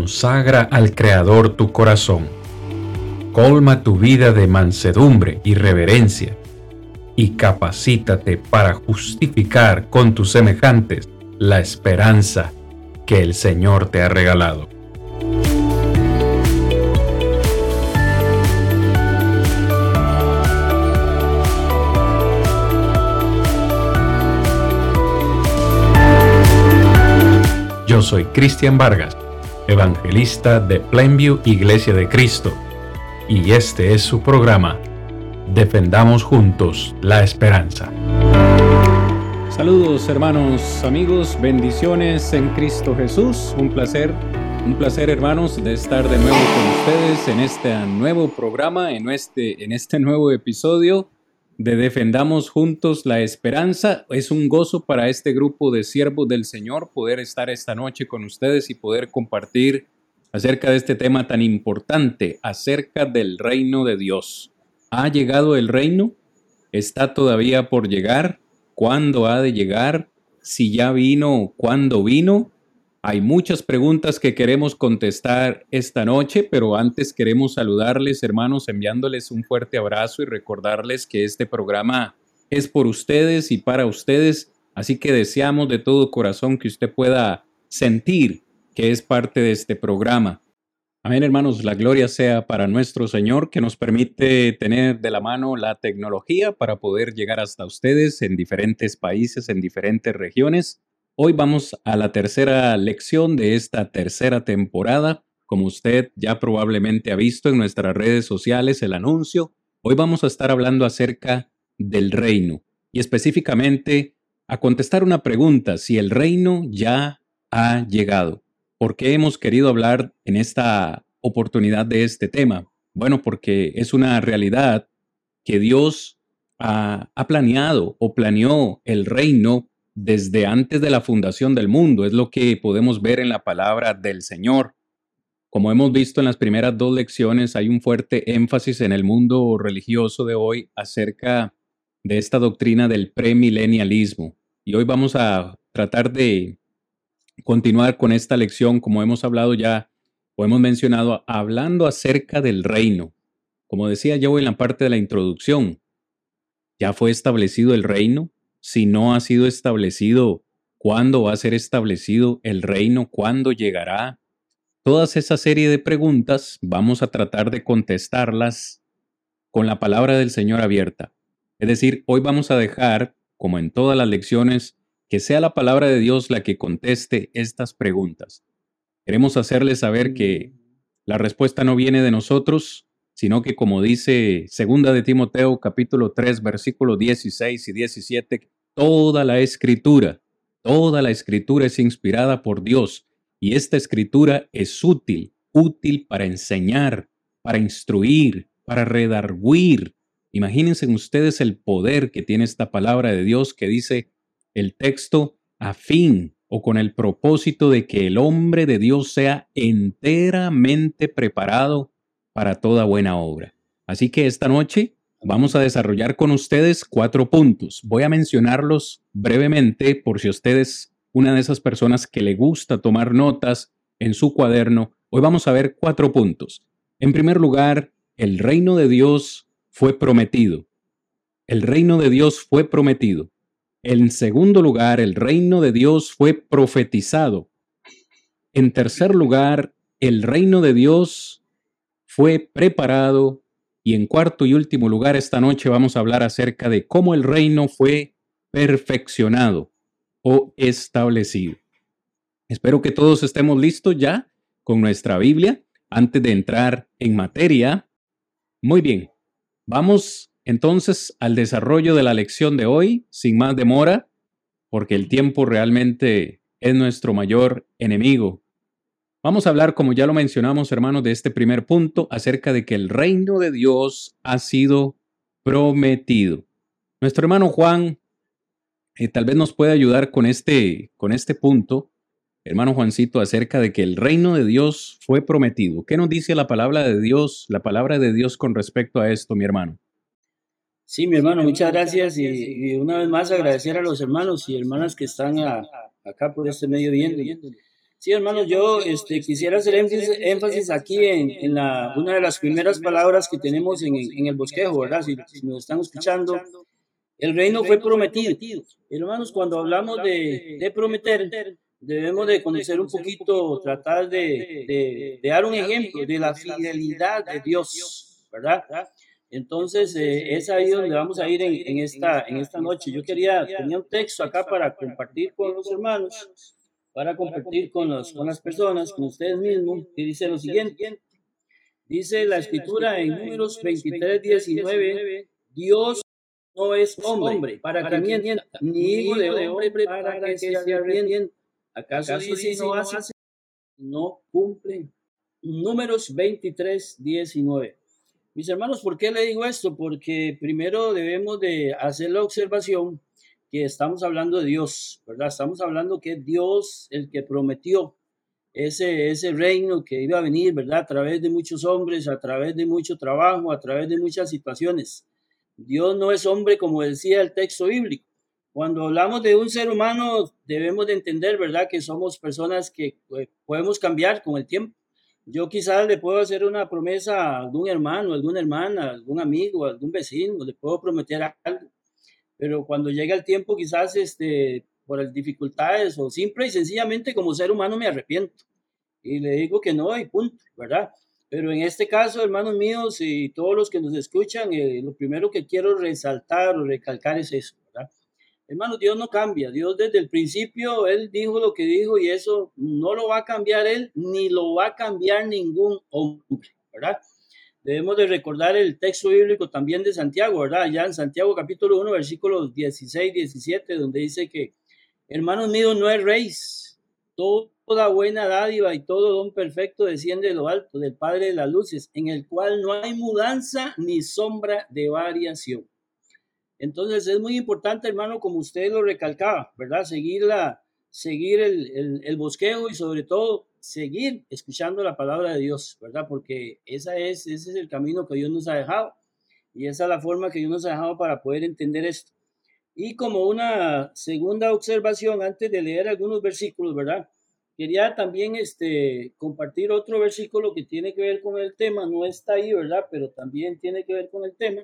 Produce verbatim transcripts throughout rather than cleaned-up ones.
Consagra al Creador tu corazón. Colma tu vida de mansedumbre y reverencia, y capacítate para justificar con tus semejantes la esperanza que el Señor te ha regalado. Yo soy Cristian Vargas, evangelista de Plainview Iglesia de Cristo, y este es su programa, Defendamos Juntos la Esperanza. Saludos hermanos, amigos, bendiciones en Cristo Jesús. Un placer, un placer hermanos de estar de nuevo con ustedes en este nuevo programa, en este, en este nuevo episodio de Defendamos Juntos la Esperanza. Es un gozo para este grupo de siervos del Señor poder estar esta noche con ustedes y poder compartir acerca de este tema tan importante, acerca del reino de Dios. ¿Ha llegado el reino? ¿Está todavía por llegar? ¿Cuándo ha de llegar? Si ya vino, ¿cuándo vino? Hay muchas preguntas que queremos contestar esta noche, pero antes queremos saludarles, hermanos, enviándoles un fuerte abrazo y recordarles que este programa es por ustedes y para ustedes, así que deseamos de todo corazón que usted pueda sentir que es parte de este programa. Amén, hermanos, la gloria sea para nuestro Señor, que nos permite tener de la mano la tecnología para poder llegar hasta ustedes en diferentes países, en diferentes regiones. Hoy vamos a la tercera lección de esta tercera temporada. Como usted ya probablemente ha visto en nuestras redes sociales el anuncio, hoy vamos a estar hablando acerca del reino y específicamente a contestar una pregunta: si el reino ya ha llegado. ¿Por qué hemos querido hablar en esta oportunidad de este tema? Bueno, porque es una realidad que Dios ha, ha planeado o planeó el reino desde antes de la fundación del mundo. Es lo que podemos ver en la palabra del Señor. Como hemos visto en las primeras dos lecciones, hay un fuerte énfasis en el mundo religioso de hoy acerca de esta doctrina del premilenialismo. Y hoy vamos a tratar de continuar con esta lección, como hemos hablado ya, o hemos mencionado, hablando acerca del reino. Como decía yo en la parte de la introducción, ¿ya fue establecido el reino? Si no ha sido establecido, ¿cuándo va a ser establecido el reino? ¿Cuándo llegará? Todas esa serie de preguntas vamos a tratar de contestarlas con la palabra del Señor abierta. Es decir, hoy vamos a dejar, como en todas las lecciones, que sea la palabra de Dios la que conteste estas preguntas. Queremos hacerles saber que la respuesta no viene de nosotros, sino que, como dice segunda de Timoteo capítulo tres, versículos dieciséis y diecisiete, toda la escritura, toda la escritura es inspirada por Dios, y esta escritura es útil, útil para enseñar, para instruir, para redarguir. Imagínense ustedes el poder que tiene esta palabra de Dios que dice el texto: a fin o con el propósito de que el hombre de Dios sea enteramente preparado para toda buena obra. Así que esta noche vamos a desarrollar con ustedes cuatro puntos. Voy a mencionarlos brevemente por si usted es una de esas personas que le gusta tomar notas en su cuaderno. Hoy vamos a ver cuatro puntos. En primer lugar, el reino de Dios fue prometido. El reino de Dios fue prometido. En segundo lugar, el reino de Dios fue profetizado. En tercer lugar, el reino de Dios fue preparado. Y en cuarto y último lugar, esta noche vamos a hablar acerca de cómo el reino fue perfeccionado o establecido. Espero que todos estemos listos ya con nuestra Biblia antes de entrar en materia. Muy bien, vamos entonces al desarrollo de la lección de hoy, sin más demora, porque el tiempo realmente es nuestro mayor enemigo. Vamos a hablar, como ya lo mencionamos, hermanos, de este primer punto, acerca de que el reino de Dios ha sido prometido. Nuestro hermano Juan eh, tal vez nos puede ayudar con este, con este punto, hermano Juancito, acerca de que el reino de Dios fue prometido. ¿Qué nos dice la palabra de Dios, la palabra de Dios con respecto a esto, mi hermano? Sí, mi hermano, muchas gracias y, y una vez más agradecer a los hermanos y hermanas que están a, acá por este medio viendo. Sí, hermano, yo este, quisiera hacer énfasis, énfasis aquí en, en la, una de las primeras palabras que tenemos en, en el bosquejo, ¿verdad? Si, si nos están escuchando, el reino fue prometido. Hermanos, cuando hablamos de, de prometer, debemos de conocer un poquito, tratar de, de, de dar un ejemplo de la fidelidad de Dios, ¿verdad? Entonces, eh, es ahí donde vamos a ir en, en, esta, en esta noche. Yo quería, tenía un texto acá para compartir con los hermanos, para compartir con, los, con las personas, con ustedes mismos, que dice lo siguiente. Dice la escritura en Números veintitrés, diecinueve, Dios no es hombre para que mienta, ni hijo de hombre para que se arrepienta. ¿Acaso dice y no hace? No cumple. Números veintitrés, diecinueve. Mis hermanos, ¿por qué le digo esto? Porque primero debemos de hacer la observación que estamos hablando de Dios, ¿verdad? Estamos hablando que es Dios el que prometió ese, ese reino que iba a venir, ¿verdad? A través de muchos hombres, a través de mucho trabajo, a través de muchas situaciones. Dios no es hombre, como decía el texto bíblico. Cuando hablamos de un ser humano, debemos de entender, ¿verdad? Que somos personas que pues, podemos cambiar con el tiempo. Yo quizás le puedo hacer una promesa a algún hermano, alguna hermana, algún amigo, algún vecino, le puedo prometer algo, pero cuando llega el tiempo quizás este, por las dificultades o simple y sencillamente como ser humano me arrepiento y le digo que no y punto, ¿verdad? Pero en este caso, hermanos míos y todos los que nos escuchan, eh, lo primero que quiero resaltar o recalcar es eso, ¿verdad? Hermanos, Dios no cambia. Dios desde el principio, Él dijo lo que dijo y eso no lo va a cambiar Él, ni lo va a cambiar ningún hombre, ¿verdad? Debemos de recordar el texto bíblico también de Santiago, ¿verdad? Ya en Santiago capítulo uno, versículos dieciséis, diecisiete, donde dice que, hermanos míos, no erréis. Toda buena dádiva y todo don perfecto desciende de lo alto, del Padre de las luces, en el cual no hay mudanza ni sombra de variación. Entonces es muy importante, hermano, como usted lo recalcaba, ¿verdad? Seguir, la, seguir el, el, el bosquejo y sobre todo seguir escuchando la palabra de Dios, ¿verdad? Porque esa es, ese es el camino que Dios nos ha dejado y esa es la forma que Dios nos ha dejado para poder entender esto. Y como una segunda observación, antes de leer algunos versículos, ¿verdad? Quería también este, compartir otro versículo que tiene que ver con el tema, no está ahí, ¿verdad? Pero también tiene que ver con el tema.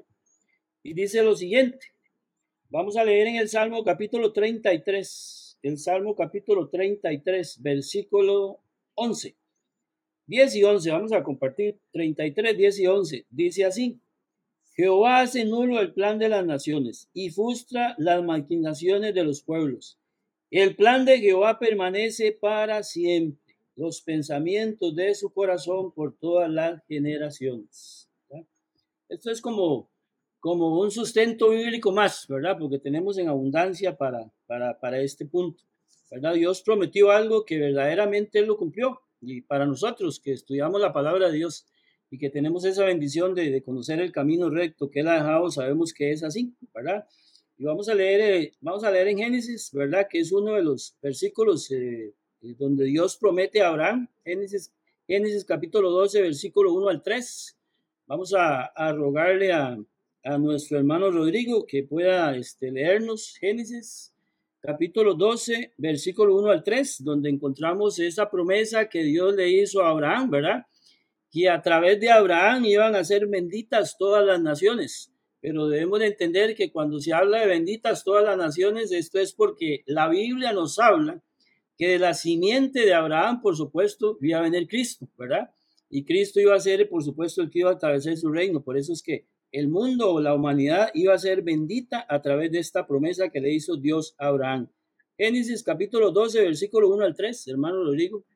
Y dice lo siguiente, vamos a leer en el Salmo capítulo treinta y tres, el Salmo capítulo treinta y tres, versículo once, diez y once, vamos a compartir, treinta y tres, diez y once, dice así, Jehová hace nulo el plan de las naciones y frustra las maquinaciones de los pueblos. El plan de Jehová permanece para siempre, los pensamientos de su corazón por todas las generaciones. ¿Verdad? Esto es como... como un sustento bíblico más, ¿verdad? Porque tenemos en abundancia para, para, para este punto, ¿verdad? Dios prometió algo que verdaderamente Él lo cumplió. Y para nosotros que estudiamos la palabra de Dios y que tenemos esa bendición de, de conocer el camino recto que Él ha dejado, sabemos que es así, ¿verdad? Y vamos a leer, eh, vamos a leer en Génesis, ¿verdad? Que es uno de los versículos eh, donde Dios promete a Abraham. Génesis, Génesis capítulo doce, versículo uno al tres. Vamos a, a rogarle a... a nuestro hermano Rodrigo que pueda este, leernos Génesis capítulo doce, versículo uno al tres, donde encontramos esa promesa que Dios le hizo a Abraham, ¿verdad? Que a través de Abraham iban a ser benditas todas las naciones. Pero debemos de entender que cuando se habla de benditas todas las naciones, esto es porque la Biblia nos habla que de la simiente de Abraham, por supuesto, iba a venir Cristo, ¿verdad? Y Cristo iba a ser, por supuesto, el que iba a atravesar su reino. Por eso es que el mundo o la humanidad iba a ser bendita a través de esta promesa que le hizo Dios a Abraham. Génesis capítulo doce, versículo uno al tres, hermano Rodrigo.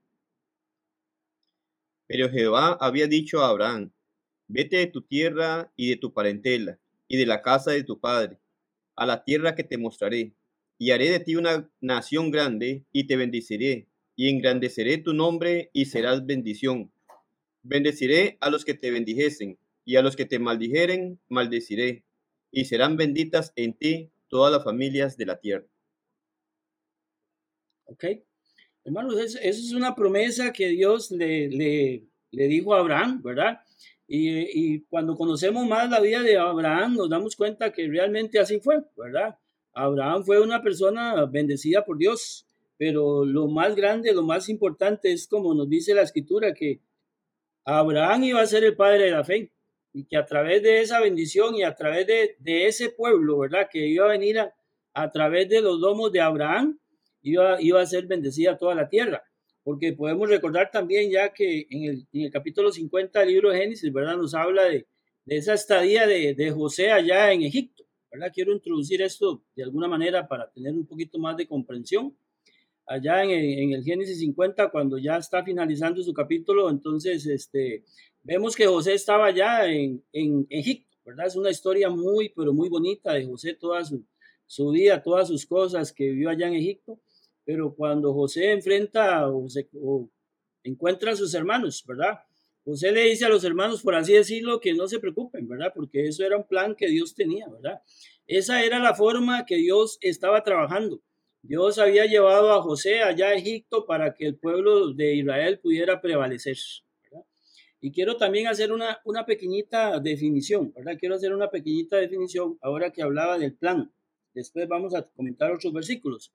Pero Jehová había dicho a Abraham, vete de tu tierra y de tu parentela, y de la casa de tu padre, a la tierra que te mostraré, y haré de ti una nación grande, y te bendeciré, y engrandeceré tu nombre, y serás bendición. Bendeciré a los que te bendijesen, y a los que te maldijeren, maldeciré, y serán benditas en ti todas las familias de la tierra. Ok, hermanos, eso, eso es una promesa que Dios le, le, le dijo a Abraham, ¿verdad? Y, y cuando conocemos más la vida de Abraham, nos damos cuenta que realmente así fue, ¿verdad? Abraham fue una persona bendecida por Dios, pero lo más grande, lo más importante es como nos dice la escritura, que Abraham iba a ser el padre de la fe y que a través de esa bendición y a través de, de ese pueblo, ¿verdad? Que iba a venir a, a través de los domos de Abraham, iba, iba a ser bendecida toda la tierra. Porque podemos recordar también ya que en el, en el capítulo cincuenta del libro de Génesis, ¿verdad? Nos habla de, de esa estadía de, de José allá en Egipto, ¿verdad? Quiero introducir esto de alguna manera para tener un poquito más de comprensión. Allá en el, en el Génesis cincuenta, cuando ya está finalizando su capítulo, entonces este, vemos que José estaba allá en, en Egipto, ¿verdad? Es una historia muy, pero muy bonita de José, toda su, su vida, todas sus cosas que vivió allá en Egipto. Pero cuando José enfrenta o, se, o encuentra a sus hermanos, ¿verdad? José le dice a los hermanos, por así decirlo, que no se preocupen, ¿verdad? Porque eso era un plan que Dios tenía, ¿verdad? Esa era la forma que Dios estaba trabajando. Dios había llevado a José allá a Egipto para que el pueblo de Israel pudiera prevalecer, ¿verdad? Y quiero también hacer una, una pequeñita definición, ¿verdad? Quiero hacer una pequeñita definición ahora que hablaba del plan. Después vamos a comentar otros versículos.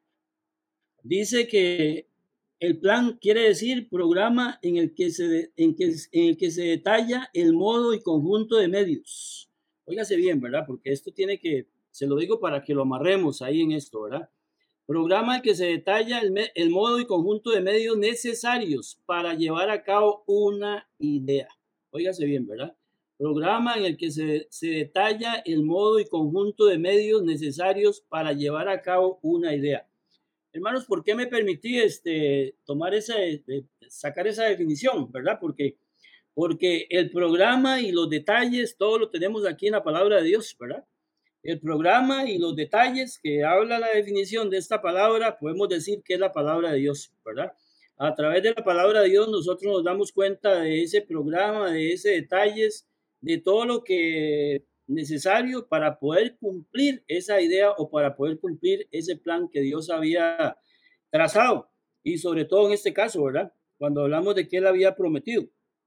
Dice que el plan quiere decir programa en el que se, en que, en el que se detalla el modo y conjunto de medios. Óigase bien, ¿verdad? Porque esto tiene que, se lo digo para que lo amarremos ahí en esto, ¿verdad? Programa en el que se detalla el, el modo y conjunto de medios necesarios para llevar a cabo una idea. Óigase bien, ¿verdad? Programa en el que se, se detalla el modo y conjunto de medios necesarios para llevar a cabo una idea. Hermanos, ¿por qué me permití este, tomar esa, sacar esa definición, verdad? Porque, porque el programa y los detalles, todo lo tenemos aquí en la palabra de Dios, ¿verdad? El programa y los detalles que habla la definición de esta palabra, podemos decir que es la palabra de Dios, ¿verdad? A través de la palabra de Dios nosotros nos damos cuenta de ese programa, de ese detalles, de todo lo que necesario para poder cumplir esa idea o para poder cumplir ese plan que Dios había trazado. Y sobre todo en este caso, ¿verdad? Cuando hablamos de que Él había prometido.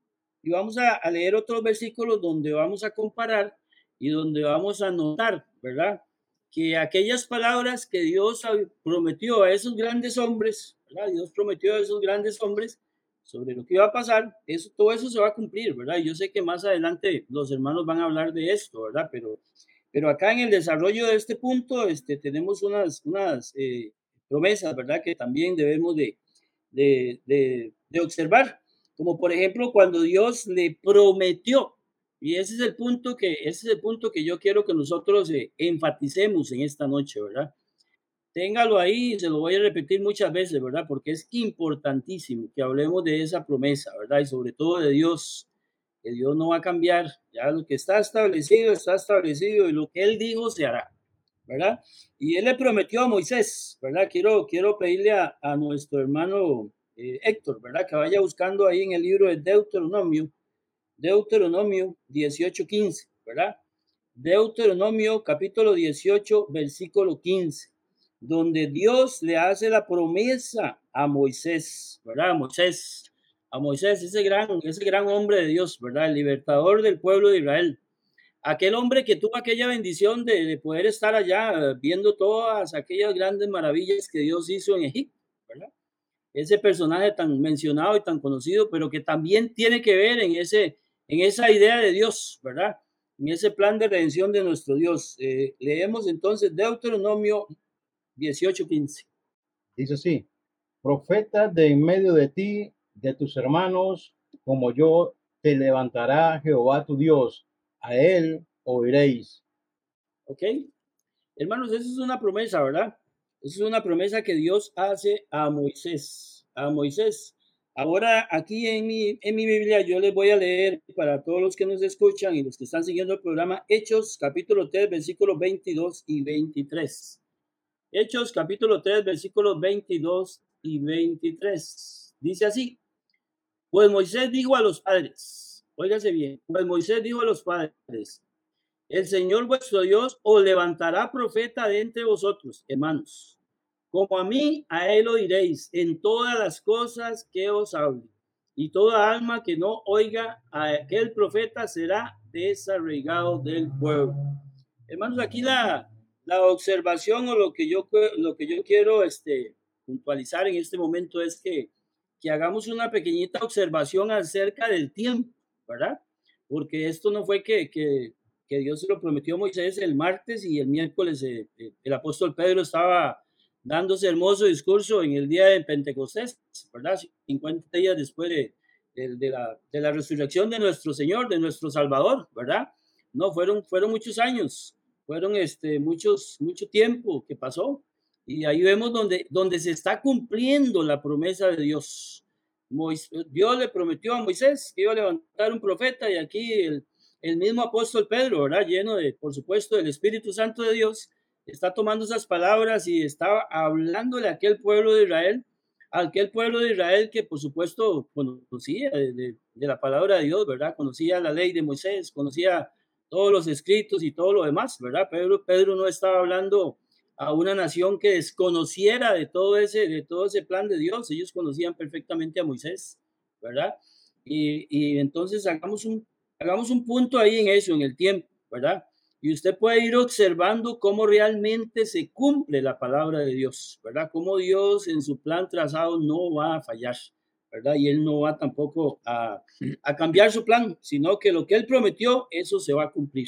Y vamos a, a leer otros versículos donde vamos a comparar y donde vamos a notar, ¿verdad? Que aquellas palabras que Dios prometió a esos grandes hombres, ¿verdad? Dios prometió a esos grandes hombres sobre lo que iba a pasar, eso, todo eso se va a cumplir, ¿verdad? Yo sé que más adelante los hermanos van a hablar de esto, ¿verdad? Pero, pero acá en el desarrollo de este punto este, tenemos unas, unas eh, promesas, ¿verdad? Que también debemos de, de, de, de observar, como por ejemplo cuando Dios le prometió, y ese es el punto que, ese es el punto que yo quiero que nosotros eh, enfaticemos en esta noche, ¿verdad? Téngalo ahí, se lo voy a repetir muchas veces, ¿verdad? Porque es importantísimo que hablemos de esa promesa, ¿verdad? Y sobre todo de Dios, que Dios no va a cambiar, ya lo que está establecido, está establecido y lo que Él dijo se hará, ¿verdad? Y Él le prometió a Moisés, ¿verdad? Quiero, quiero pedirle a, a nuestro hermano eh, Héctor, ¿verdad? Que vaya buscando ahí en el libro de Deuteronomio, Deuteronomio dieciocho quince, ¿verdad? Deuteronomio capítulo dieciocho, versículo quince. Donde Dios le hace la promesa a Moisés, ¿verdad? A Moisés, a Moisés, ese gran, ese gran hombre de Dios, ¿verdad? El libertador del pueblo de Israel. Aquel hombre que tuvo aquella bendición de, de poder estar allá viendo todas aquellas grandes maravillas que Dios hizo en Egipto, ¿verdad? Ese personaje tan mencionado y tan conocido, pero que también tiene que ver en, ese, en esa idea de Dios, ¿verdad? En ese plan de redención de nuestro Dios. Eh, leemos entonces Deuteronomio dieciocho quince. Dice así: profeta de en medio de ti, de tus hermanos, como yo, te levantará Jehová tu Dios, a él oiréis. ¿Ok? Hermanos, esa es una promesa, ¿verdad? Esa es una promesa que Dios hace a Moisés, a Moisés. Ahora, aquí en mi, en mi Biblia, yo les voy a leer para todos los que nos escuchan y los que están siguiendo el programa, Hechos, capítulo tres, versículos veintidós y veintitrés. Hechos capítulo tres, versículos veintidós y veintitrés. Dice así: pues Moisés dijo a los padres, óigase bien, pues Moisés dijo a los padres, el Señor vuestro Dios os levantará profeta de entre vosotros, hermanos. Como a mí, a él oiréis en todas las cosas que os hable. Y toda alma que no oiga a aquel profeta será desarraigado del pueblo. Hermanos, aquí la... La observación o lo que yo, lo que yo quiero este, puntualizar en este momento es que, que hagamos una pequeñita observación acerca del tiempo, ¿verdad? Porque esto no fue que, que, que Dios se lo prometió a Moisés el martes y el miércoles eh, eh, el apóstol Pedro estaba dándose hermoso discurso en el día de Pentecostés, ¿verdad? cincuenta días después de, de, de, la, de la resurrección de nuestro Señor, de nuestro Salvador, ¿verdad? No, fueron, fueron muchos años, fueron este, muchos, mucho tiempo que pasó. Y ahí vemos donde, donde se está cumpliendo la promesa de Dios. Moisés, Dios le prometió a Moisés que iba a levantar un profeta y aquí el, el mismo apóstol Pedro, ¿verdad? Lleno de, por supuesto, del Espíritu Santo de Dios, está tomando esas palabras y está hablándole a aquel pueblo de Israel, a aquel pueblo de Israel que por supuesto conocía de, de, de la palabra de Dios, ¿verdad? Conocía la ley de Moisés, conocía todos los escritos y todo lo demás, ¿verdad? Pedro, Pedro no estaba hablando a una nación que desconociera de todo ese, de todo ese plan de Dios. Ellos conocían perfectamente a Moisés, ¿verdad? Y, y entonces hagamos un, hagamos un punto ahí en eso, en el tiempo, ¿verdad? Y usted puede ir observando cómo realmente se cumple la palabra de Dios, ¿verdad? Cómo Dios en su plan trazado no va a fallar, ¿verdad? Y Él no va tampoco a, a cambiar su plan, sino que lo que Él prometió, eso se va a cumplir.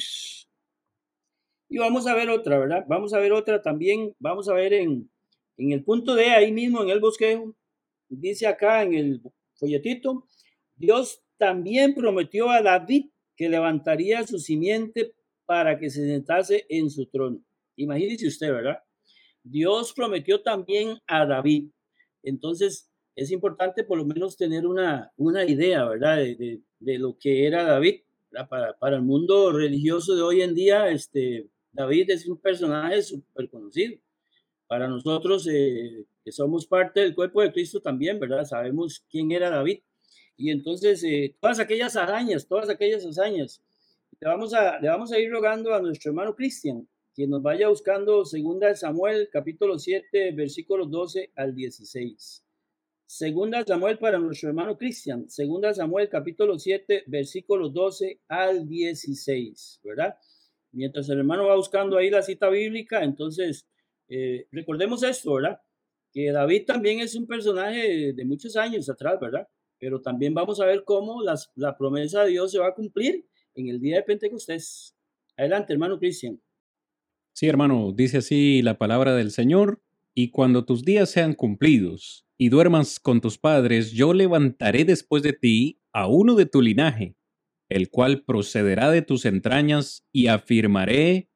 Y vamos a ver otra, ¿verdad? Vamos a ver otra también, vamos a ver en, en el punto D, ahí mismo en el bosquejo, dice acá en el folletito, Dios también prometió a David que levantaría su simiente para que se sentase en su trono. Imagínese usted, ¿verdad? Dios prometió también a David. Entonces, es importante por lo menos tener una, una idea, ¿verdad? De, de, de lo que era David. Para, para el mundo religioso de hoy en día, este, David es un personaje súper conocido. Para nosotros, eh, que somos parte del cuerpo de Cristo también, ¿verdad? Sabemos quién era David. Y entonces, eh, todas aquellas hazañas, todas aquellas hazañas, le vamos, a, le vamos a ir rogando a nuestro hermano Cristian que nos vaya buscando segunda de Samuel, capítulo siete, versículos doce al dieciséis. Segunda de Samuel para nuestro hermano Cristian, segunda de Samuel, capítulo siete, versículos doce al dieciséis, ¿verdad? Mientras el hermano va buscando ahí la cita bíblica, entonces, eh, recordemos esto, ¿verdad? Que David también es un personaje de muchos años atrás, ¿verdad? Pero también vamos a ver cómo las, la promesa de Dios se va a cumplir en el día de Pentecostés. Adelante, hermano Cristian. Sí, hermano, dice así la palabra del Señor, y cuando tus días sean cumplidos y duermas con tus padres, yo levantaré después de ti a uno de tu linaje, el cual procederá de tus entrañas, y afirmaré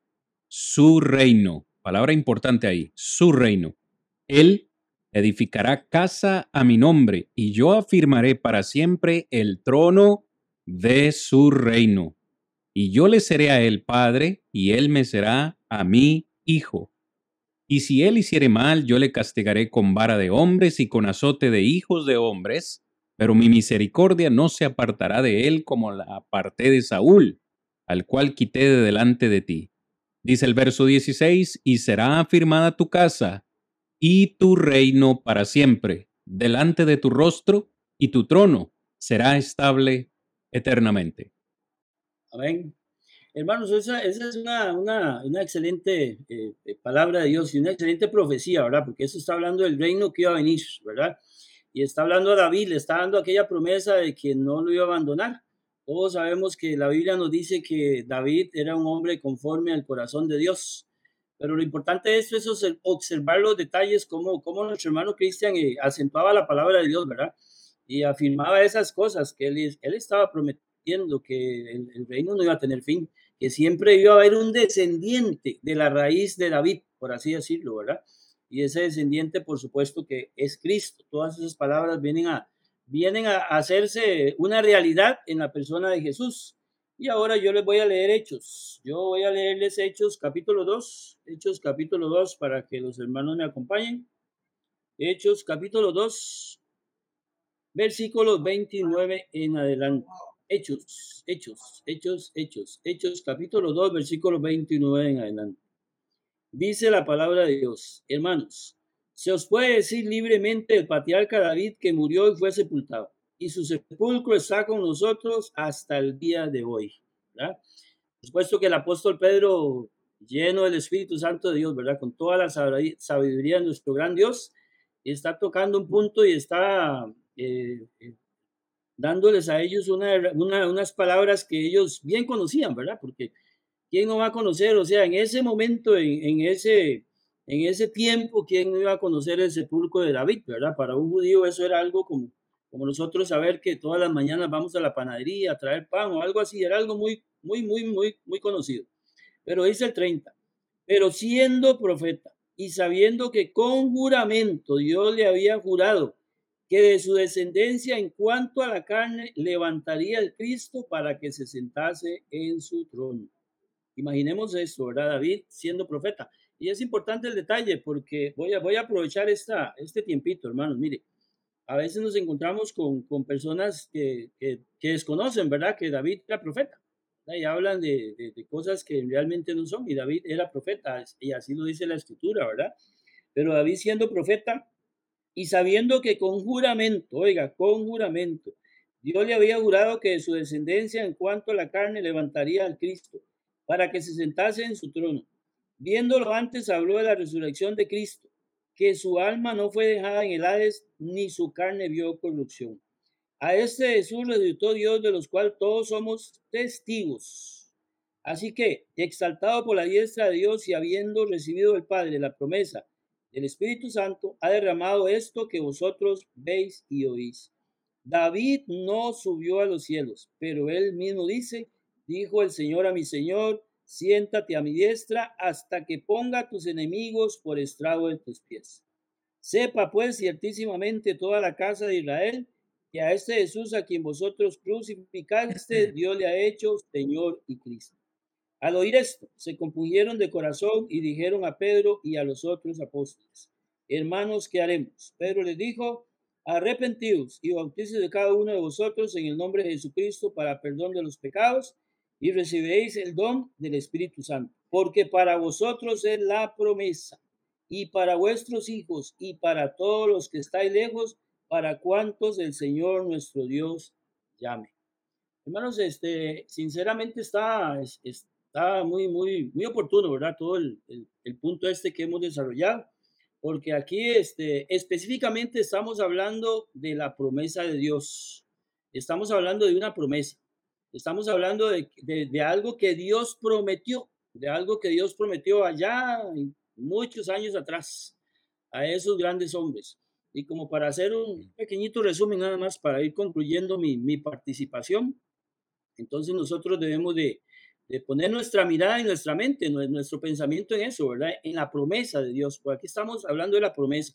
su reino. Palabra importante ahí, su reino. Él edificará casa a mi nombre, y yo afirmaré para siempre el trono de su reino. Y yo le seré a él padre, y él me será a mí hijo. Y si él hiciere mal, yo le castigaré con vara de hombres y con azote de hijos de hombres, pero mi misericordia no se apartará de él como la aparté de Saúl, al cual quité de delante de ti. Dice el verso dieciséis, y será afirmada tu casa y tu reino para siempre, delante de tu rostro, y tu trono será estable eternamente. Amén. Hermanos, esa, esa es una, una, una excelente eh, palabra de Dios y una excelente profecía, ¿verdad? Porque eso está hablando del reino que iba a venir, ¿verdad? Y está hablando a David, le está dando aquella promesa de que no lo iba a abandonar. Todos sabemos que la Biblia nos dice que David era un hombre conforme al corazón de Dios. Pero lo importante de esto es observar los detalles, como, como nuestro hermano Cristian eh, acentuaba la palabra de Dios, ¿verdad? Y afirmaba esas cosas que él, él estaba prometiendo, que el, el reino no iba a tener fin, que siempre iba a haber un descendiente de la raíz de David, por así decirlo, ¿verdad? Y ese descendiente, por supuesto, que es Cristo. Todas esas palabras vienen a, vienen a hacerse una realidad en la persona de Jesús. Y ahora yo les voy a leer Hechos. Yo voy a leerles Hechos capítulo dos, Hechos capítulo dos, para que los hermanos me acompañen. Hechos capítulo dos, versículos veintinueve en adelante. Hechos, Hechos, Hechos, Hechos, Hechos, capítulo dos, versículo veintinueve en adelante. Dice la palabra de Dios, hermanos, se os puede decir libremente el patriarca David que murió y fue sepultado, y su sepulcro está con nosotros hasta el día de hoy, ¿verdad? Por supuesto que el apóstol Pedro, lleno del Espíritu Santo de Dios, ¿verdad? Con toda la sabiduría de nuestro gran Dios, está tocando un punto y está eh, eh, dándoles a ellos una, una, unas palabras que ellos bien conocían, ¿verdad? Porque ¿quién no va a conocer? O sea, en ese momento, en, en, ese, en ese tiempo, ¿quién no iba a conocer el sepulcro de David, ¿verdad? Para un judío eso era algo como, como nosotros saber que todas las mañanas vamos a la panadería a traer pan o algo así, era algo muy, muy, muy, muy, muy conocido. Pero dice el treinta, pero siendo profeta y sabiendo que con juramento Dios le había jurado que de su descendencia en cuanto a la carne levantaría el Cristo para que se sentase en su trono. Imaginemos esto, ¿verdad? David siendo profeta. Y es importante el detalle porque voy a, voy a aprovechar esta, este tiempito, hermanos. Mire, a veces nos encontramos con, con personas que, que, que desconocen, ¿verdad? Que David era profeta. ¿verdad? Y hablan de, de, de cosas que realmente no son. Y David era profeta, y así lo dice la escritura, ¿verdad? Pero David siendo profeta y sabiendo que con juramento, oiga, con juramento, Dios le había jurado que de su descendencia en cuanto a la carne levantaría al Cristo para que se sentase en su trono. Viéndolo antes, habló de la resurrección de Cristo, que su alma no fue dejada en el Hades, ni su carne vio corrupción. A este Jesús resucitó Dios, de los cuales todos somos testigos. Así que, exaltado por la diestra de Dios y habiendo recibido del Padre la promesa del Espíritu Santo, ha derramado esto que vosotros veis y oís. David no subió a los cielos, pero él mismo dice, dijo el Señor a mi Señor, siéntate a mi diestra hasta que ponga tus enemigos por estrado de tus pies. Sepa pues ciertísimamente toda la casa de Israel que a este Jesús a quien vosotros crucificaste, Dios le ha hecho Señor y Cristo. Al oír esto, se compungieron de corazón y dijeron a Pedro y a los otros apóstoles, hermanos, ¿qué haremos? Pedro les dijo, arrepentidos y bautícese de cada uno de vosotros en el nombre de Jesucristo para perdón de los pecados y recibiréis el don del Espíritu Santo, porque para vosotros es la promesa y para vuestros hijos y para todos los que estáis lejos, para cuantos el Señor nuestro Dios llame. Hermanos, este, sinceramente está, está muy, muy, muy oportuno, ¿verdad? Todo el, el, el punto este que hemos desarrollado, porque aquí este, específicamente estamos hablando de la promesa de Dios. Estamos hablando de una promesa. Estamos hablando de, de, de algo que Dios prometió, de algo que Dios prometió allá muchos años atrás a esos grandes hombres. Y como para hacer un pequeñito resumen nada más para ir concluyendo mi, mi participación, entonces nosotros debemos de, de poner nuestra mirada y nuestra mente, nuestro pensamiento en eso, ¿verdad? En la promesa de Dios, porque aquí estamos hablando de la promesa.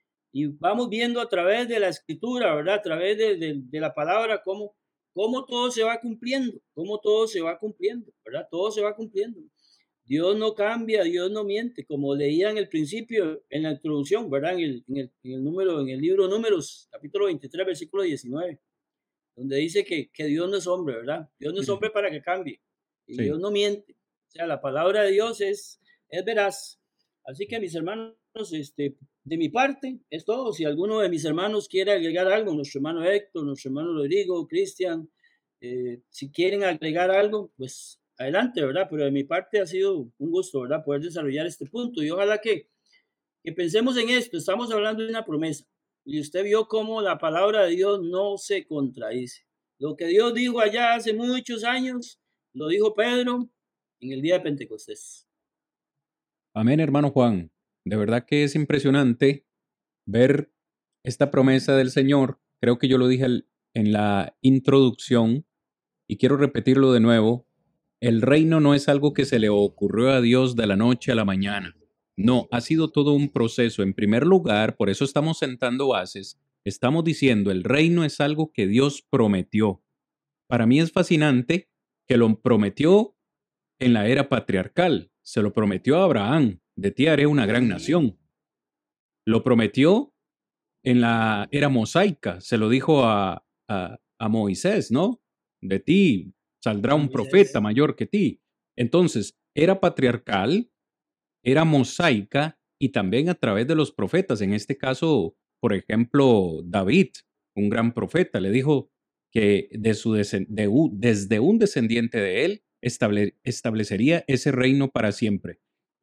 Y vamos viendo a través de la escritura, ¿verdad? A través de, de, de la palabra, cómo, cómo todo se va cumpliendo, cómo todo se va cumpliendo, ¿verdad? Todo se va cumpliendo. Dios no cambia, Dios no miente, como leía en el principio, en la introducción, ¿verdad? En el, en el, en el, número, en el libro Números, capítulo veintitrés, versículo diecinueve, donde dice que, que Dios no es hombre, ¿verdad? Dios no es hombre para que cambie, y sí. Dios no miente. O sea, la palabra de Dios es, es veraz. Así que, mis hermanos, este, de mi parte, es todo. Si alguno de mis hermanos quiere agregar algo, nuestro hermano Héctor, nuestro hermano Rodrigo, Cristian, eh, si quieren agregar algo, pues adelante, ¿verdad? Pero de mi parte ha sido un gusto, ¿verdad? Poder desarrollar este punto y ojalá que, que pensemos en esto. Estamos hablando de una promesa y usted vio cómo la palabra de Dios no se contradice. Lo que Dios dijo allá hace muchos años, lo dijo Pedro en el día de Pentecostés. Amén, hermano Juan. De verdad que es impresionante ver esta promesa del Señor. Creo que yo lo dije en la introducción y quiero repetirlo de nuevo. El reino no es algo que se le ocurrió a Dios de la noche a la mañana. No, ha sido todo un proceso. En primer lugar, por eso estamos sentando bases, estamos diciendo el reino es algo que Dios prometió. Para mí es fascinante que lo prometió en la era patriarcal. Se lo prometió a Abraham, de ti haré una gran nación. Lo prometió en la era mosaica, se lo dijo a, a, a Moisés, ¿no? De ti saldrá un profeta mayor que ti. Entonces, era patriarcal, era mosaica y también a través de los profetas. En este caso, por ejemplo, David, un gran profeta, le dijo que de su de, desde un descendiente de él estable, establecería ese reino para siempre.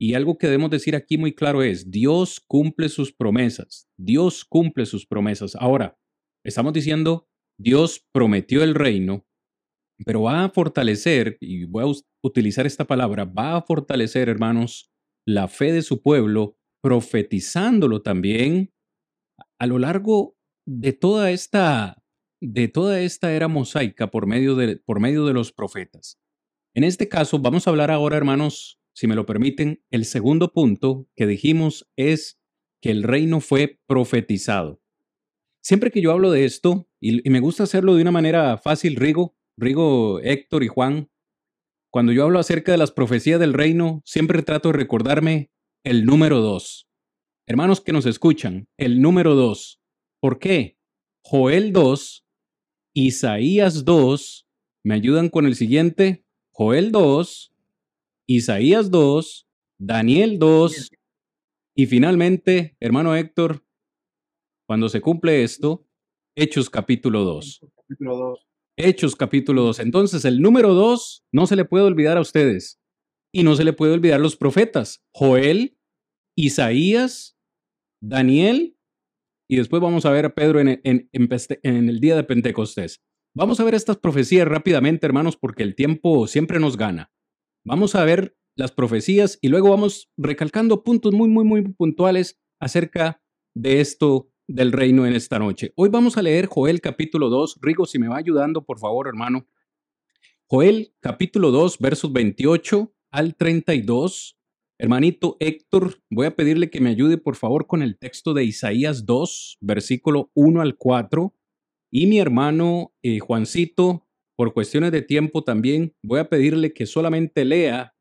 Y algo que debemos decir aquí muy claro es, Dios cumple sus promesas. Dios cumple sus promesas. Ahora, estamos diciendo, Dios prometió el reino, pero va a fortalecer, y voy a us- utilizar esta palabra, va a fortalecer, hermanos, la fe de su pueblo, profetizándolo también a lo largo de toda esta, de toda esta era mosaica por medio de, por medio de los profetas. En este caso, vamos a hablar ahora, hermanos, si me lo permiten, el segundo punto que dijimos es que el reino fue profetizado. Siempre que yo hablo de esto, y, y me gusta hacerlo de una manera fácil, Rigo, Rigo, Héctor y Juan, cuando yo hablo acerca de las profecías del reino, siempre trato de recordarme el número dos. Hermanos que nos escuchan, el número dos. ¿Por qué? Joel dos, Isaías dos, ¿me ayudan con el siguiente? Joel dos, Isaías dos, Daniel dos, y finalmente, hermano Héctor, cuando se cumple esto, Hechos capítulo dos. Capítulo dos. Hechos capítulo dos. Entonces, el número dos no se le puede olvidar a ustedes. Y no se le puede olvidar los profetas. Joel, Isaías, Daniel, y después vamos a ver a Pedro en, en, en, en el día de Pentecostés. Vamos a ver estas profecías rápidamente, hermanos, porque el tiempo siempre nos gana. Vamos a ver las profecías y luego vamos recalcando puntos muy, muy, muy puntuales acerca de esto del reino en esta noche. Hoy vamos a leer Joel capítulo dos. Rigo, si me va ayudando, por favor, hermano. Joel capítulo dos, versos veintiocho al treinta y dos. Hermanito Héctor, voy a pedirle que me ayude, por favor, con el texto de Isaías dos, versículo uno al cuatro. Y mi hermano eh, Juancito, por cuestiones de tiempo también, voy a pedirle que solamente lea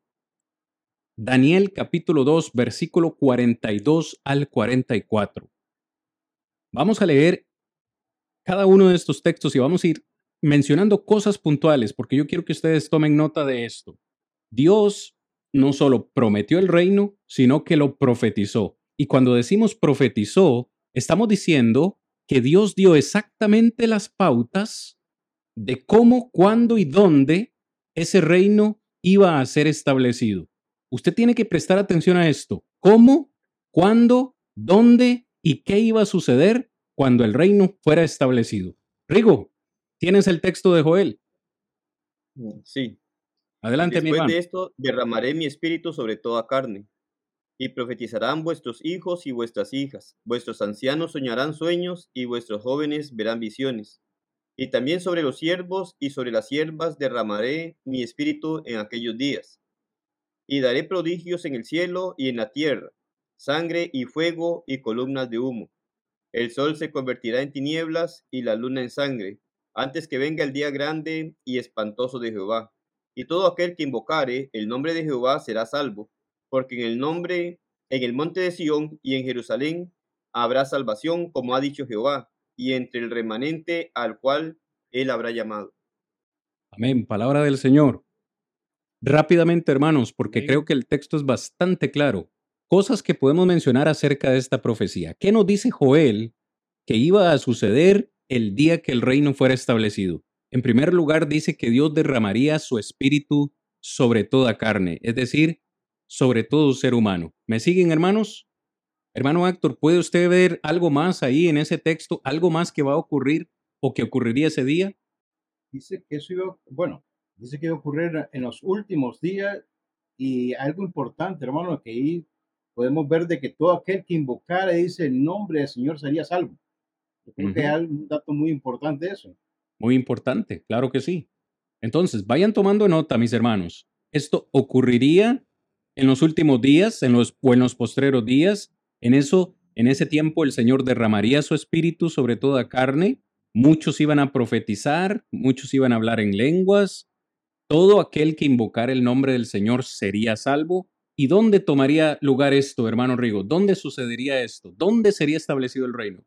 Daniel capítulo dos, versículo cuarenta y dos al cuarenta y cuatro. Vamos a leer cada uno de estos textos y vamos a ir mencionando cosas puntuales, porque yo quiero que ustedes tomen nota de esto. Dios no solo prometió el reino, sino que lo profetizó. Y cuando decimos profetizó, estamos diciendo que Dios dio exactamente las pautas de cómo, cuándo y dónde ese reino iba a ser establecido. Usted tiene que prestar atención a esto. ¿Cómo, cuándo, dónde y qué iba a suceder cuando el reino fuera establecido? Rigo, ¿tienes el texto de Joel? Sí. Adelante, mi Después hermano. de esto, derramaré mi espíritu sobre toda carne, y profetizarán vuestros hijos y vuestras hijas, vuestros ancianos soñarán sueños, y vuestros jóvenes verán visiones. Y también sobre los siervos y sobre las siervas derramaré mi espíritu en aquellos días. Y daré prodigios en el cielo y en la tierra, sangre y fuego y columnas de humo. El sol se convertirá en tinieblas y la luna en sangre, antes que venga el día grande y espantoso de Jehová. Y todo aquel que invocare el nombre de Jehová será salvo, porque en el nombre, en el monte de Sión y en Jerusalén habrá salvación, como ha dicho Jehová, y entre el remanente al cual él habrá llamado. Amén. Palabra del Señor. Rápidamente, hermanos, porque Amén. creo que el texto es bastante claro. Cosas que podemos mencionar acerca de esta profecía. ¿Qué nos dice Joel que iba a suceder el día que el reino fuera establecido? En primer lugar, dice que Dios derramaría su espíritu sobre toda carne, es decir, sobre todo ser humano. ¿Me siguen, hermanos? Hermano Héctor, ¿puede usted ver algo más ahí en ese texto? ¿Algo más que va a ocurrir o que ocurriría ese día? Dice que eso iba, bueno, dice que iba a ocurrir en los últimos días y algo importante, hermano, que ahí podemos ver de que todo aquel que invocara y dice el nombre del Señor sería salvo. Yo creo que Ujú. hay un dato muy importante eso. Muy importante, claro que sí. Entonces, vayan tomando nota, mis hermanos. Esto ocurriría en los últimos días, en los, o en los postreros días. En eso, en ese tiempo, el Señor derramaría su espíritu sobre toda carne. Muchos iban a profetizar, muchos iban a hablar en lenguas. Todo aquel que invocara el nombre del Señor sería salvo. ¿Y dónde tomaría lugar esto, hermano Rigo? ¿Dónde sucedería esto? ¿Dónde sería establecido el reino?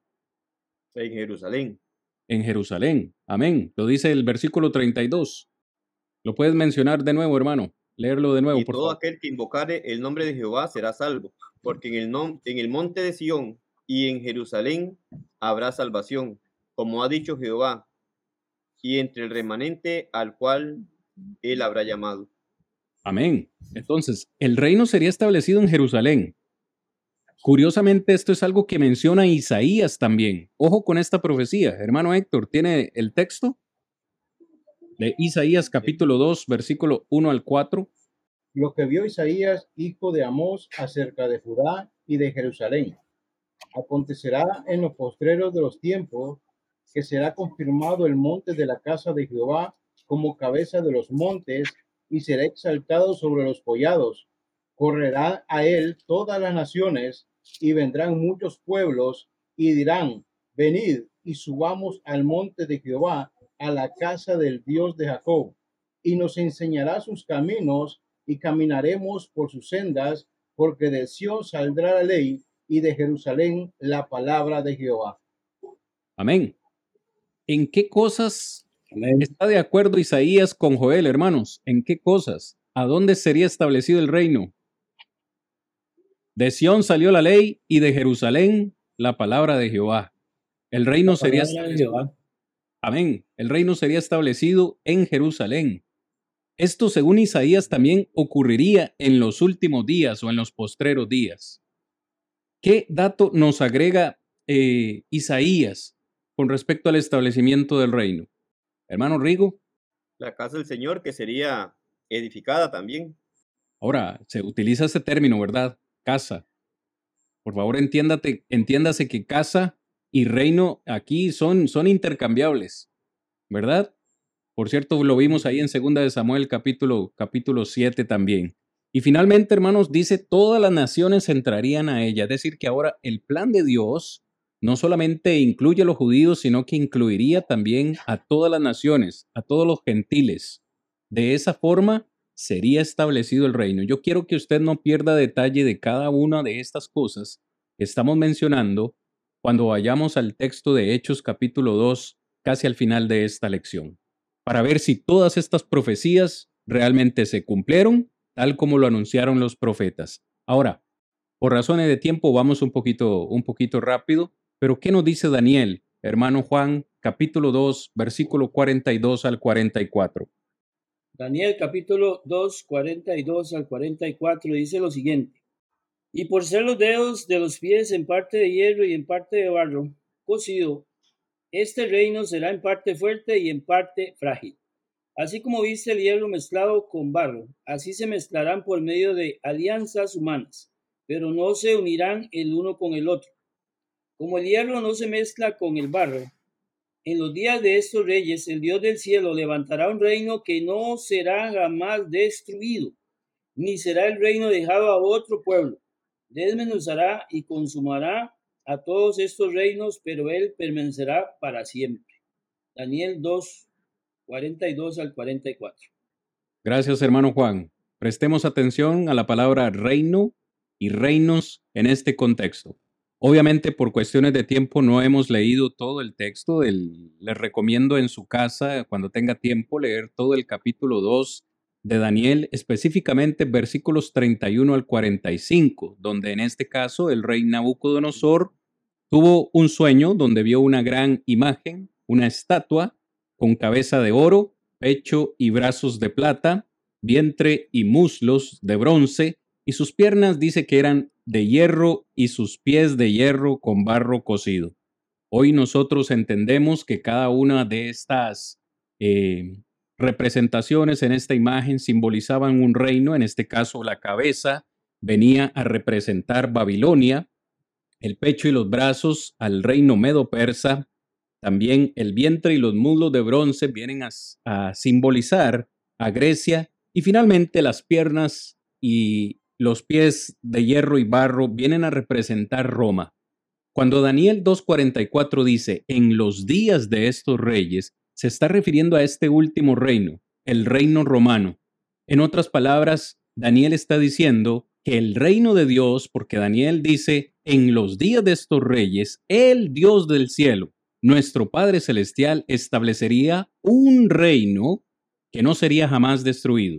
En Jerusalén. En Jerusalén. Amén. Lo dice el versículo treinta y dos. ¿Lo puedes mencionar de nuevo, hermano? Leerlo de nuevo, Y por todo favor. aquel que invocare el nombre de Jehová será salvo, porque en el, nom- en el monte de Sión y en Jerusalén habrá salvación, como ha dicho Jehová, y entre el remanente al cual él habrá llamado. Amén. Entonces, el reino sería establecido en Jerusalén. Curiosamente, esto es algo que menciona Isaías también. Ojo con esta profecía. Hermano Héctor, ¿tiene el texto? De Isaías capítulo dos, versículo uno al cuatro. Lo que vio Isaías, hijo de Amós, acerca de Judá y de Jerusalén. Acontecerá en los postreros de los tiempos que será confirmado el monte de la casa de Jehová como cabeza de los montes y será exaltado sobre los collados. Correrán a él todas las naciones y vendrán muchos pueblos y dirán, venid y subamos al monte de Jehová, a la casa del Dios de Jacob, y nos enseñará sus caminos y caminaremos por sus sendas, porque de Sión saldrá la ley y de Jerusalén la palabra de Jehová. Amén. ¿En qué cosas Amén. está de acuerdo Isaías con Joel, hermanos? ¿En qué cosas? ¿A dónde sería establecido el reino? De Sión salió la ley y de Jerusalén la palabra de Jehová. El reino La sería palabra de establecido. Jehová. Amén. El reino sería establecido en Jerusalén. Esto, según Isaías, también ocurriría en los últimos días o en los postreros días. ¿Qué dato nos agrega eh, Isaías con respecto al establecimiento del reino? Hermano Rigo, La casa del Señor que sería edificada también. ahora se utiliza ese término, ¿verdad? Casa. Por favor, entiéndate, entiéndase que casa y reino aquí son, son intercambiables, ¿verdad? Por cierto, lo vimos ahí en segunda de Samuel capítulo, capítulo siete también. Y finalmente, hermanos, dice, todas las naciones entrarían a ella. Es decir, que ahora el plan de Dios no solamente incluye a los judíos, sino que incluiría también a todas las naciones, a todos los gentiles. De esa forma sería establecido el reino. Yo quiero que usted no pierda detalle de cada una de estas cosas que estamos mencionando cuando vayamos al texto de Hechos capítulo dos, casi al final de esta lección, para ver si todas estas profecías realmente se cumplieron, tal como lo anunciaron los profetas. Ahora, por razones de tiempo, vamos un poquito, un poquito rápido, pero ¿qué nos dice Daniel, hermano Juan, capítulo dos, versículo cuarenta y dos al cuarenta y cuatro? Daniel capítulo dos, cuarenta y dos al cuarenta y cuatro dice lo siguiente. Y por ser los dedos de los pies en parte de hierro y en parte de barro cocido, este reino será en parte fuerte y en parte frágil. Así como viste el hierro mezclado con barro, así se mezclarán por medio de alianzas humanas, pero no se unirán el uno con el otro. Como el hierro no se mezcla con el barro, en los días de estos reyes, el Dios del cielo levantará un reino que no será jamás destruido, ni será el reino dejado a otro pueblo. Desmenuzará y consumará a todos estos reinos, pero él permanecerá para siempre. Daniel dos, cuarenta y dos al cuarenta y cuatro. Gracias, hermano Juan. Prestemos atención a la palabra reino y reinos en este contexto. Obviamente, por cuestiones de tiempo, no hemos leído todo el texto. El, les recomiendo en su casa, cuando tenga tiempo, leer todo el capítulo dos de Daniel, específicamente versículos treinta y uno al cuarenta y cinco, donde en este caso el rey Nabucodonosor tuvo un sueño donde vio una gran imagen, una estatua con cabeza de oro, pecho y brazos de plata, vientre y muslos de bronce, y sus piernas dice que eran de hierro y sus pies de hierro con barro cocido. Hoy nosotros entendemos que cada una de estas eh, representaciones en esta imagen simbolizaban un reino. En este caso, la cabeza venía a representar Babilonia, el pecho y los brazos al reino medo-persa. También el vientre y los muslos de bronce vienen a, a simbolizar a Grecia, y finalmente las piernas y los pies de hierro y barro vienen a representar Roma. Cuando Daniel dos cuarenta y cuatro dice, en los días de estos reyes, se está refiriendo a este último reino, el reino romano. En otras palabras, Daniel está diciendo que el reino de Dios, porque Daniel dice, en los días de estos reyes, el Dios del cielo, nuestro Padre Celestial, establecería un reino que no sería jamás destruido.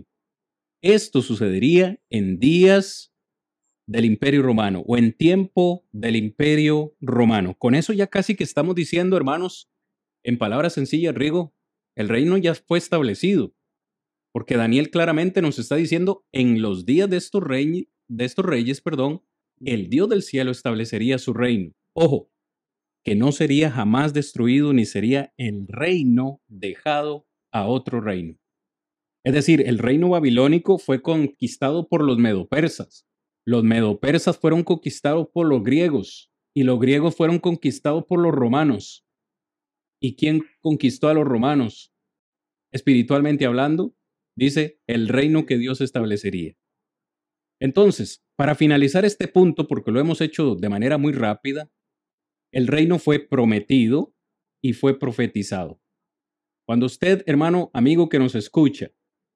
Esto sucedería en días del Imperio Romano o en tiempo del Imperio Romano. Con eso ya casi que estamos diciendo, hermanos, en palabras sencillas, Rigo, el reino ya fue establecido. Porque Daniel claramente nos está diciendo, en los días de estos, rey, de estos reyes, perdón, el Dios del cielo establecería su reino. Ojo, que no sería jamás destruido ni sería el reino dejado a otro reino. Es decir, el reino babilónico fue conquistado por los medopersas. Los medopersas fueron conquistados por los griegos y los griegos fueron conquistados por los romanos. ¿Y quién conquistó a los romanos? Espiritualmente hablando, dice el reino que Dios establecería. Entonces, para finalizar este punto, porque lo hemos hecho de manera muy rápida, el reino fue prometido y fue profetizado. Cuando usted, hermano, amigo que nos escucha,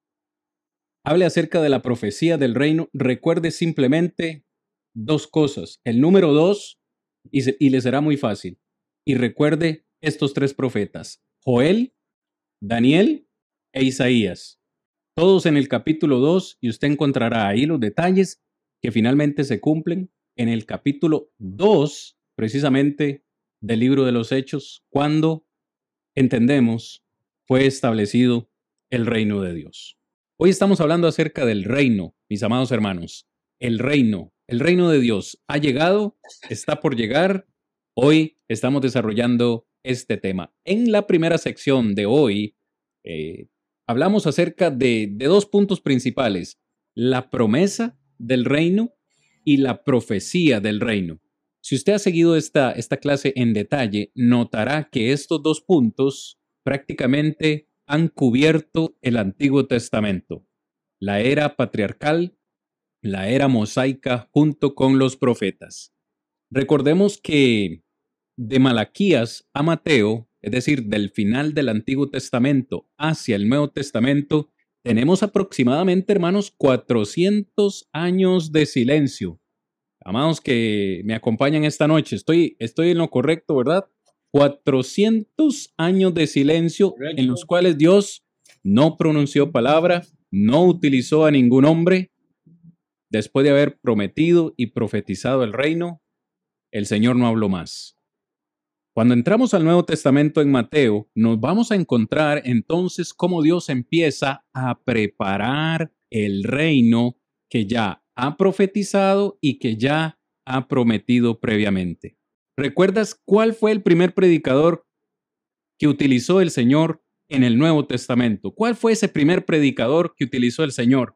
hable acerca de la profecía del reino, recuerde simplemente dos cosas. El número dos, y, se, y le será muy fácil. Y recuerde estos tres profetas, Joel, Daniel e Isaías. Todos en el capítulo dos, y usted encontrará ahí los detalles que finalmente se cumplen en el capítulo dos, precisamente del libro de los Hechos, cuando entendemos fue establecido el reino de Dios. Hoy estamos hablando acerca del reino, mis amados hermanos. El reino, el reino de Dios ha llegado, está por llegar. Hoy estamos desarrollando este tema. En la primera sección de hoy, eh, hablamos acerca de, de dos puntos principales, la promesa del reino y la profecía del reino. Si usted ha seguido esta, esta clase en detalle, notará que estos dos puntos prácticamente han cubierto el Antiguo Testamento, la era patriarcal, la era mosaica junto con los profetas. Recordemos que de Malaquías a Mateo, es decir, del final del Antiguo Testamento hacia el Nuevo Testamento, tenemos aproximadamente, hermanos, cuatrocientos años de silencio. Amados que me acompañan esta noche, estoy, estoy en lo correcto, ¿verdad? cuatrocientos años de silencio en los cuales Dios no pronunció palabra, no utilizó a ningún hombre. Después de haber prometido y profetizado el reino, el Señor no habló más. Cuando entramos al Nuevo Testamento en Mateo, nos vamos a encontrar entonces cómo Dios empieza a preparar el reino que ya ha profetizado y que ya ha prometido previamente. ¿Recuerdas cuál fue el primer predicador que utilizó el Señor en el Nuevo Testamento? ¿Cuál fue ese primer predicador que utilizó el Señor?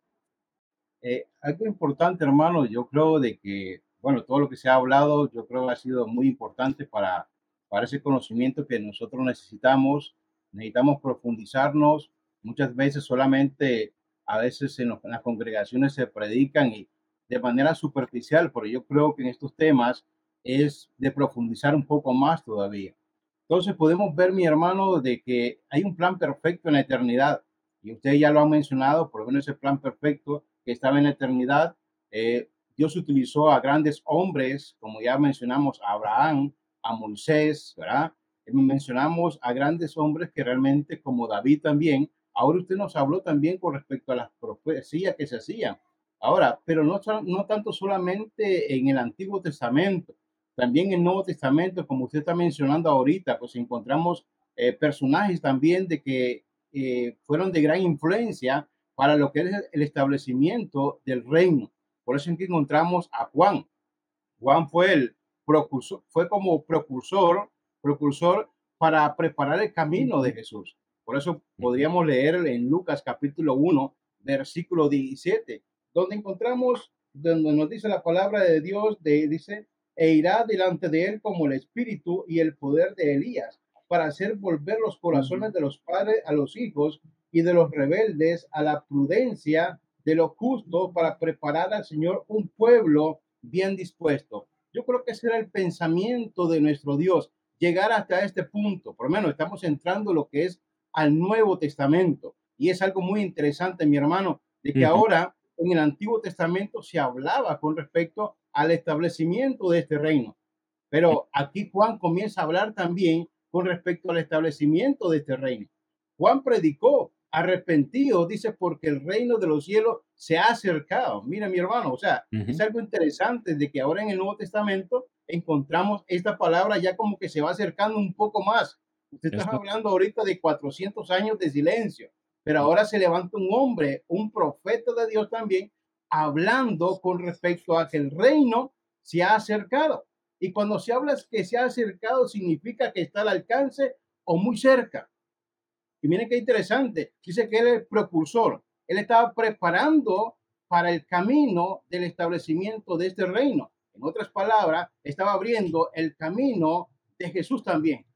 Eh, algo importante, hermano, yo creo de que, bueno, todo lo que se ha hablado, yo creo que ha sido muy importante para, para ese conocimiento que nosotros necesitamos. Necesitamos profundizarnos. Muchas veces solamente, a veces en, los, en las congregaciones se predican y de manera superficial, pero yo creo que en estos temas es de profundizar un poco más todavía. Entonces podemos ver, mi hermano, de que hay un plan perfecto en la eternidad. Y ustedes ya lo han mencionado, por lo menos ese plan perfecto que estaba en la eternidad. Eh, Dios utilizó a grandes hombres, como ya mencionamos, a Abraham, a Moisés, ¿verdad? Mencionamos a grandes hombres que realmente, como David también. Ahora usted nos habló también con respecto a las profecías que se hacían. Ahora, pero no, no tanto solamente en el Antiguo Testamento, también en el Nuevo Testamento, como usted está mencionando ahorita, pues encontramos eh, personajes también de que eh, fueron de gran influencia para lo que es el establecimiento del reino. Por eso es que encontramos a Juan. Juan fue el precursor, fue como precursor, precursor para preparar el camino de Jesús. Por eso podríamos leer en Lucas capítulo uno, versículo diecisiete, donde encontramos, donde nos dice la palabra de Dios, de, dice, e irá delante de él como el espíritu y el poder de Elías, para hacer volver los corazones de los padres a los hijos y de los rebeldes a la prudencia de los justos, para preparar al Señor un pueblo bien dispuesto. Yo creo que ese era el pensamiento de nuestro Dios, llegar hasta este punto. Por lo menos estamos entrando lo que es al Nuevo Testamento. Y es algo muy interesante, mi hermano, de que uh-huh. ahora en el Antiguo Testamento se hablaba con respecto al establecimiento de este reino. Pero aquí Juan comienza a hablar también con respecto al establecimiento de este reino. Juan predicó, arrepentido, dice, porque el reino de los cielos se ha acercado. Mira, mi hermano, o sea, uh-huh. es algo interesante de que ahora en el Nuevo Testamento encontramos esta palabra ya como que se va acercando un poco más. Usted está hablando ahorita de cuatrocientos años de silencio. pero ahora se levanta un hombre, un profeta de Dios también, hablando con respecto a que el reino se ha acercado. Y cuando se habla que se ha acercado, significa que está al alcance o muy cerca. Y miren qué interesante, dice que él es el precursor. Él estaba preparando para el camino del establecimiento de este reino. En otras palabras, estaba abriendo el camino de Jesús también.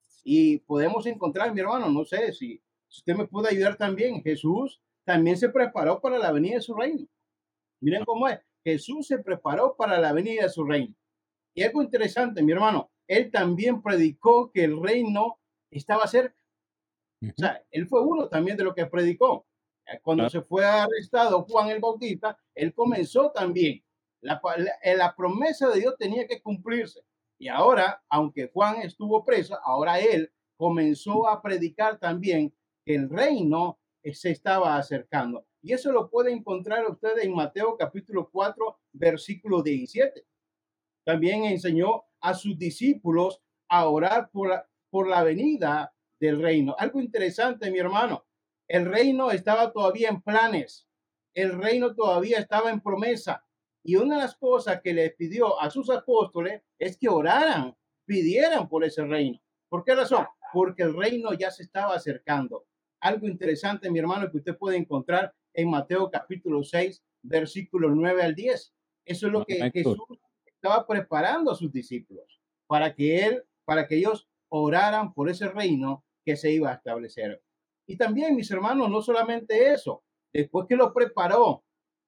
Y podemos encontrar, mi hermano, no sé si, si usted me puede ayudar también. Jesús también se preparó para la venida de su reino. Miren cómo es. Jesús se preparó para la venida de su reino. Y algo interesante, mi hermano, él también predicó que el reino estaba cerca. Uh-huh. O sea, él fue uno también de lo que predicó. Cuando claro. se fue arrestado Juan el Bautista, él comenzó también. La, la, la promesa de Dios tenía que cumplirse. Y ahora, aunque Juan estuvo preso, ahora él comenzó a predicar también que el reino se estaba acercando. Y eso lo puede encontrar usted en Mateo capítulo cuatro, versículo diecisiete. También enseñó a sus discípulos a orar por la, por la venida del reino. Algo interesante, mi hermano. El reino estaba todavía en planes. El reino todavía estaba en promesa. Y una de las cosas que le pidió a sus apóstoles es que oraran, pidieran por ese reino. ¿Por qué razón? Porque el reino ya se estaba acercando. Algo interesante, mi hermano, que usted puede encontrar en Mateo capítulo seis, versículos nueve al diez. Eso es lo que Jesús estaba preparando a sus discípulos para que él, para que ellos oraran por ese reino que se iba a establecer. Y también, mis hermanos, no solamente eso, después que lo preparó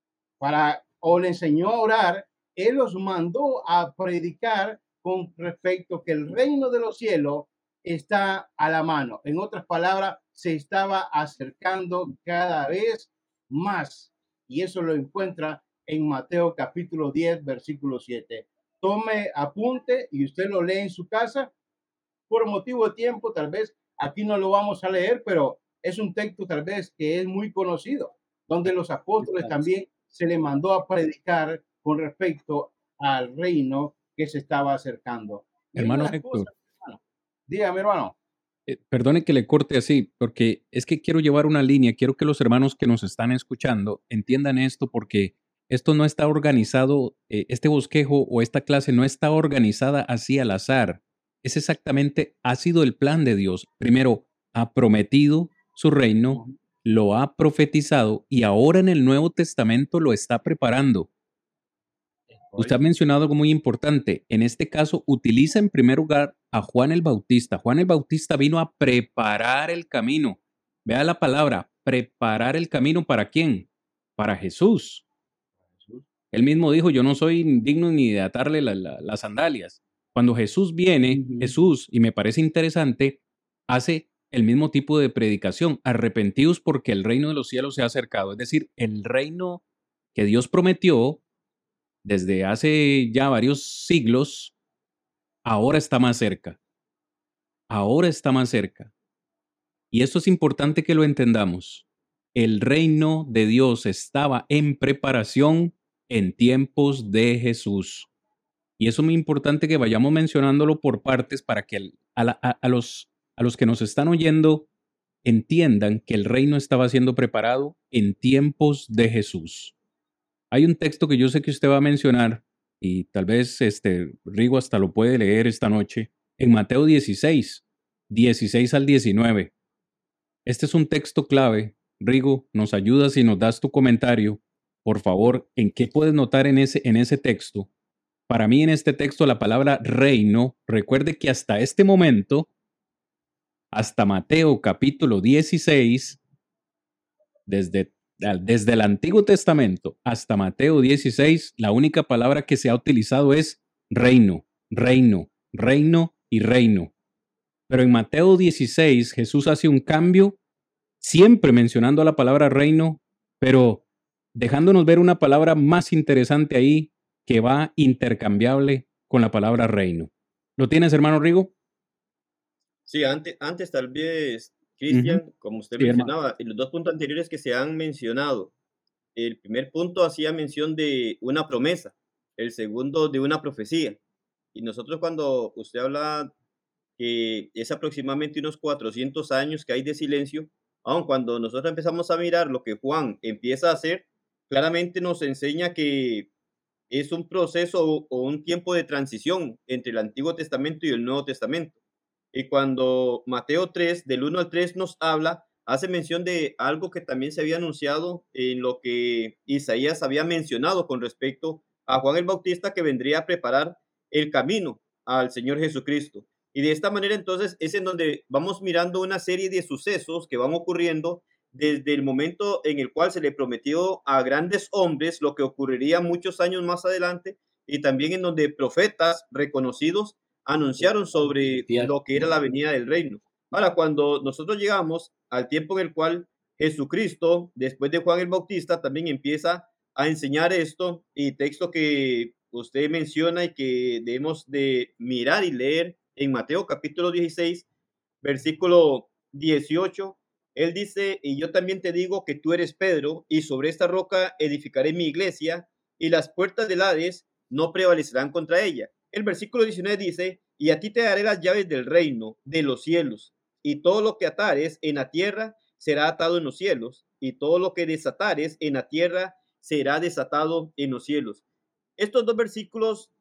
para o le enseñó a orar, él los mandó a predicar con respecto que el reino de los cielos está a la mano. En otras palabras, se estaba acercando cada vez más. Y eso lo encuentra en Mateo capítulo diez, versículo siete. Tome apunte y usted lo lee en su casa. Por motivo de tiempo, tal vez aquí no lo vamos a leer, pero es un texto tal vez que es muy conocido, donde los apóstoles también se le mandó a predicar con respecto al reino que se estaba acercando. Hermano Héctor. Cosas, hermano. Dígame, hermano. Eh, perdone que le corte así, porque es que quiero llevar una línea, quiero que los hermanos que nos están escuchando entiendan esto, porque esto no está organizado, eh, este bosquejo o esta clase no está organizada así al azar. Es exactamente, ha sido el plan de Dios. Primero, ha prometido su reino, lo ha profetizado y ahora en el Nuevo Testamento lo está preparando. Usted ha mencionado algo muy importante. En este caso, utiliza en primer lugar a Juan el Bautista. Juan el Bautista vino a preparar el camino. Vea la palabra, preparar el camino ¿para quién? Para Jesús. Él mismo dijo, yo no soy digno ni de atarle la, la, las sandalias. Cuando Jesús viene, uh-huh. Jesús, y me parece interesante, hace el mismo tipo de predicación. Arrepentidos porque el reino de los cielos se ha acercado. Es decir, el reino que Dios prometió desde hace ya varios siglos, ahora está más cerca. Ahora está más cerca. Y esto es importante que lo entendamos. El reino de Dios estaba en preparación en tiempos de Jesús. Y eso es muy importante que vayamos mencionándolo por partes para que a, la, a, a, los, a los que nos están oyendo entiendan que el reino estaba siendo preparado en tiempos de Jesús. Hay un texto que yo sé que usted va a mencionar y tal vez este, Rigo hasta lo puede leer esta noche, en Mateo dieciséis, dieciséis al diecinueve. Este es un texto clave. Rigo, nos ayudas y nos das tu comentario, por favor, en qué puedes notar en ese, en ese texto. Para mí en este texto la palabra reino, recuerde que hasta este momento, hasta Mateo capítulo dieciséis, desde Desde el Antiguo Testamento hasta Mateo dieciséis, la única palabra que se ha utilizado es reino, reino, reino y reino. Pero en Mateo dieciséis Jesús hace un cambio, siempre mencionando la palabra reino, pero dejándonos ver una palabra más interesante ahí que va intercambiable con la palabra reino. ¿Lo tienes, hermano Rigo? Sí, antes, antes tal vez... Cristian, uh-huh. como usted sí, mencionaba, en los dos puntos anteriores que se han mencionado, el primer punto hacía mención de una promesa, el segundo de una profecía. Y nosotros cuando usted habla que es aproximadamente unos cuatrocientos años que hay de silencio, Aun cuando nosotros empezamos a mirar lo que Juan empieza a hacer, claramente nos enseña que es un proceso o, o un tiempo de transición entre el Antiguo Testamento y el Nuevo Testamento. Y cuando Mateo tres, del uno al tres, nos habla, hace mención de algo que también se había anunciado en lo que Isaías había mencionado con respecto a Juan el Bautista, que vendría a preparar el camino al Señor Jesucristo. Y de esta manera entonces es en donde vamos mirando una serie de sucesos que van ocurriendo desde el momento en el cual se le prometió a grandes hombres lo que ocurriría muchos años más adelante, y también en donde profetas reconocidos anunciaron sobre lo que era la venida del reino. Ahora, cuando nosotros llegamos al tiempo en el cual Jesucristo, después de Juan el Bautista, también empieza a enseñar esto, y texto que usted menciona y que debemos de mirar y leer en Mateo capítulo dieciséis, versículo dieciocho, él dice: y yo también te digo que tú eres Pedro, y sobre esta roca edificaré mi iglesia, y las puertas del Hades no prevalecerán contra ella. El versículo diecinueve dice: y a ti te daré las llaves del reino de los cielos, y todo lo que atares en la tierra será atado en los cielos, y todo lo que desatares en la tierra será desatado en los cielos. Estos dos versículos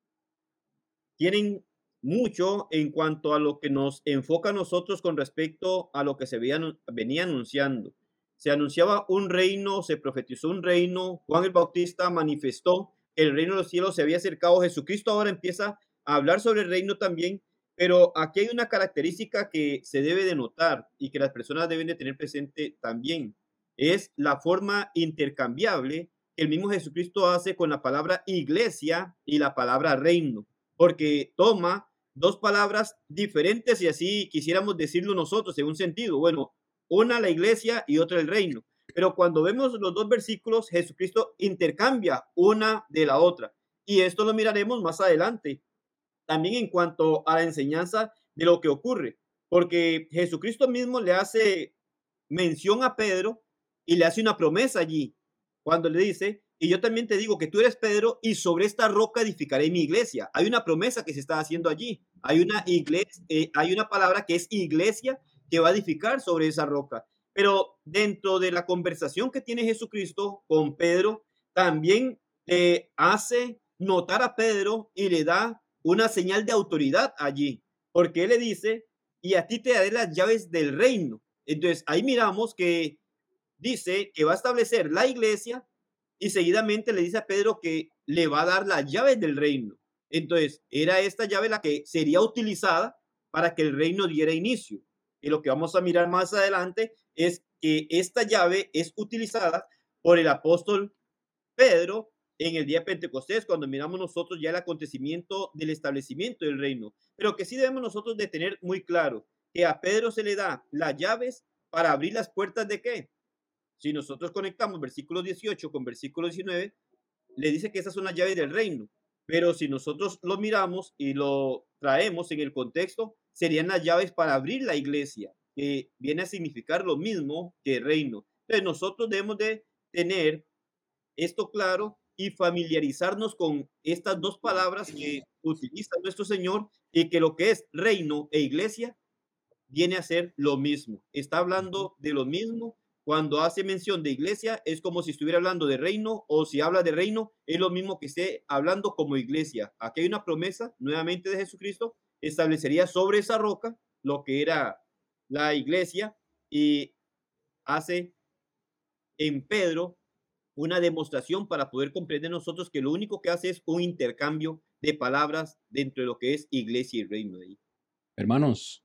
tienen mucho en cuanto a lo que nos enfoca a nosotros con respecto a lo que se veía, venía anunciando. Se anunciaba un reino, se profetizó un reino, Juan el Bautista manifestó que el reino de los cielos se había acercado, Jesucristo ahora empieza a hablar sobre el reino también, pero aquí hay una característica que se debe de notar y que las personas deben de tener presente también, es la forma intercambiable que el mismo Jesucristo hace con la palabra iglesia y la palabra reino, porque toma dos palabras diferentes, y así quisiéramos decirlo nosotros en un sentido, bueno, una la iglesia y otra el reino, pero cuando vemos los dos versículos, Jesucristo intercambia una de la otra, y esto lo miraremos más adelante, también en cuanto a la enseñanza de lo que ocurre, porque Jesucristo mismo le hace mención a Pedro y le hace una promesa allí, cuando le dice: y yo también te digo que tú eres Pedro, y sobre esta roca edificaré mi iglesia. Hay una promesa que se está haciendo allí. Hay una iglesia, eh, hay una palabra que es iglesia, que va a edificar sobre esa roca. Pero dentro de la conversación que tiene Jesucristo con Pedro, también le hace notar a Pedro y le da una señal de autoridad allí, porque él le dice: y a ti te daré las llaves del reino. Entonces ahí miramos que dice que va a establecer la iglesia, y seguidamente le dice a Pedro que le va a dar las llaves del reino. Entonces, era esta llave la que sería utilizada para que el reino diera inicio. Y lo que vamos a mirar más adelante es que esta llave es utilizada por el apóstol Pedro en el día de Pentecostés, cuando miramos nosotros ya el acontecimiento del establecimiento del reino. Pero que sí debemos nosotros de tener muy claro que a Pedro se le da las llaves para abrir las puertas de ¿qué? Si nosotros conectamos versículo dieciocho con versículo diecinueve, le dice que esas son las llaves del reino. Pero si nosotros lo miramos y lo traemos en el contexto, serían las llaves para abrir la iglesia, que viene a significar lo mismo que reino. Entonces nosotros debemos de tener esto claro y familiarizarnos con estas dos palabras que utiliza nuestro Señor, y que lo que es reino e iglesia viene a ser lo mismo. Está hablando de lo mismo. Cuando hace mención de iglesia es como si estuviera hablando de reino, o si habla de reino es lo mismo que esté hablando como iglesia. Aquí hay una promesa nuevamente de Jesucristo: establecería sobre esa roca lo que era la iglesia, y hace en Pedro una demostración para poder comprender nosotros que lo único que hace es un intercambio de palabras dentro de lo que es iglesia y reino de ahí. Hermanos,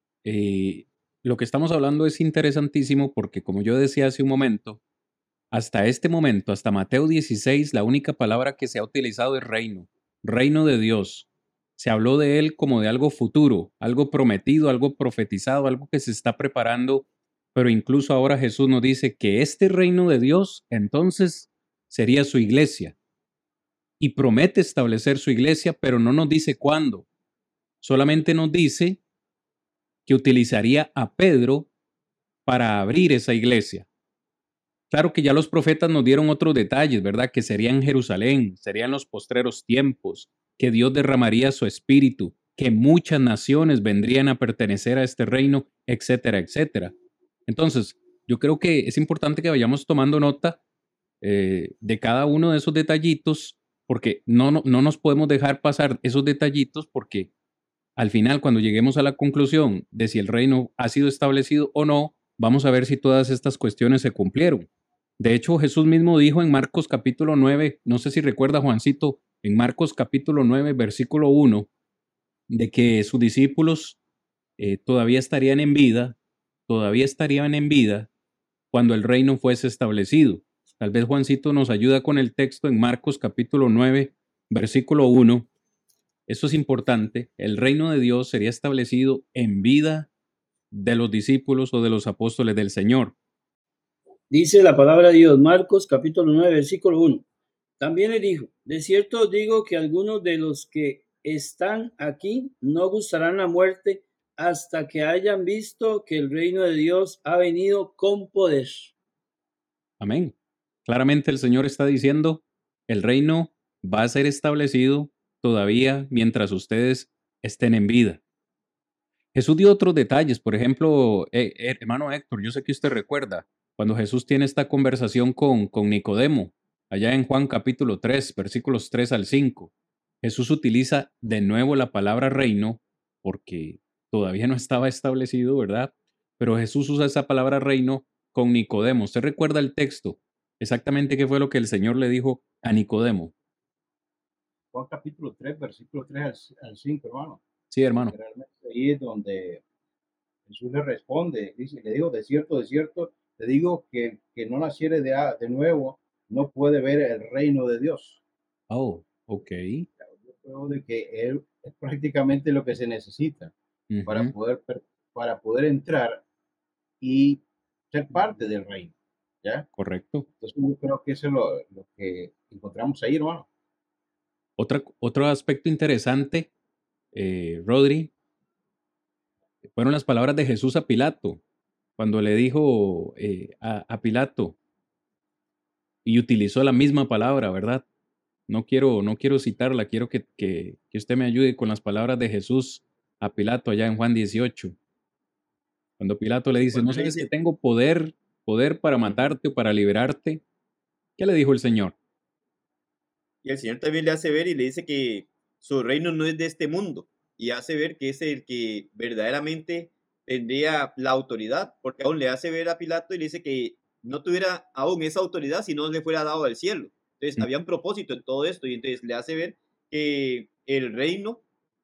eh, lo que estamos hablando es interesantísimo porque, como yo decía hace un momento, hasta este momento, hasta Mateo dieciséis, la única palabra que se ha utilizado es reino, reino de Dios. Se habló de él como de algo futuro, algo prometido, algo profetizado, algo que se está preparando, pero incluso ahora Jesús nos dice que este reino de Dios entonces sería su iglesia, y promete establecer su iglesia, pero no nos dice cuándo. Solamente nos dice que utilizaría a Pedro para abrir esa iglesia. Claro que ya los profetas nos dieron otros detalles, ¿verdad? Que sería en Jerusalén, serían los postreros tiempos, que Dios derramaría su espíritu, que muchas naciones vendrían a pertenecer a este reino, etcétera, etcétera. Entonces, yo creo que es importante que vayamos tomando nota eh, de cada uno de esos detallitos, porque no, no, no nos podemos dejar pasar esos detallitos, porque al final, cuando lleguemos a la conclusión de si el reino ha sido establecido o no, vamos a ver si todas estas cuestiones se cumplieron. De hecho, Jesús mismo dijo en Marcos capítulo nueve, no sé si recuerda Juancito, en Marcos capítulo nueve, versículo uno, de que sus discípulos eh, todavía estarían en vida, todavía estarían en vida cuando el reino fuese establecido. Tal vez Juancito nos ayuda con el texto en Marcos capítulo nueve, versículo uno. Eso es importante. El reino de Dios sería establecido en vida de los discípulos o de los apóstoles del Señor. Dice la palabra de Dios, Marcos capítulo nueve, versículo uno. También le dijo, de cierto os digo que algunos de los que están aquí no gustarán la muerte hasta que hayan visto que el reino de Dios ha venido con poder. Amén. Claramente el Señor está diciendo, el reino va a ser establecido todavía mientras ustedes estén en vida. Jesús dio otros detalles, por ejemplo, eh, eh, hermano Héctor, yo sé que usted recuerda, cuando Jesús tiene esta conversación con, con Nicodemo, allá en Juan capítulo tres, versículos tres al cinco, Jesús utiliza de nuevo la palabra reino, porque todavía no estaba establecido, ¿verdad? Pero Jesús usa esa palabra reino con Nicodemo. ¿Usted recuerda el texto? Exactamente qué fue lo que el Señor le dijo a Nicodemo. Juan capítulo tres, versículo tres al cinco, hermano. Sí, hermano. Realmente ahí es donde Jesús le responde, dice, le digo, de cierto, de cierto, te digo que que no naciere de, de nuevo, no puede ver el reino de Dios. Oh, ok. Yo creo de que él es prácticamente lo que se necesita uh-huh. para poder para poder entrar y ser parte del reino, ¿ya? Correcto. Entonces yo creo que eso es lo, lo que encontramos ahí, hermano. Otra, otro aspecto interesante, eh, Rodri, fueron las palabras de Jesús a Pilato, cuando le dijo eh, a, a Pilato, y utilizó la misma palabra, ¿verdad? No quiero, no quiero citarla, quiero que, que, que usted me ayude con las palabras de Jesús a Pilato allá en Juan dieciocho. Cuando Pilato le dice, ¿no sabes que tengo poder, poder para matarte o para liberarte? ¿Qué le dijo el Señor? Y el Señor también le hace ver y le dice que su reino no es de este mundo, y hace ver que es el que verdaderamente tendría la autoridad, porque aún le hace ver a Pilato y le dice que no tuviera aún esa autoridad si no le fuera dado del cielo. Entonces, mm. había un propósito en todo esto, y entonces le hace ver que el reino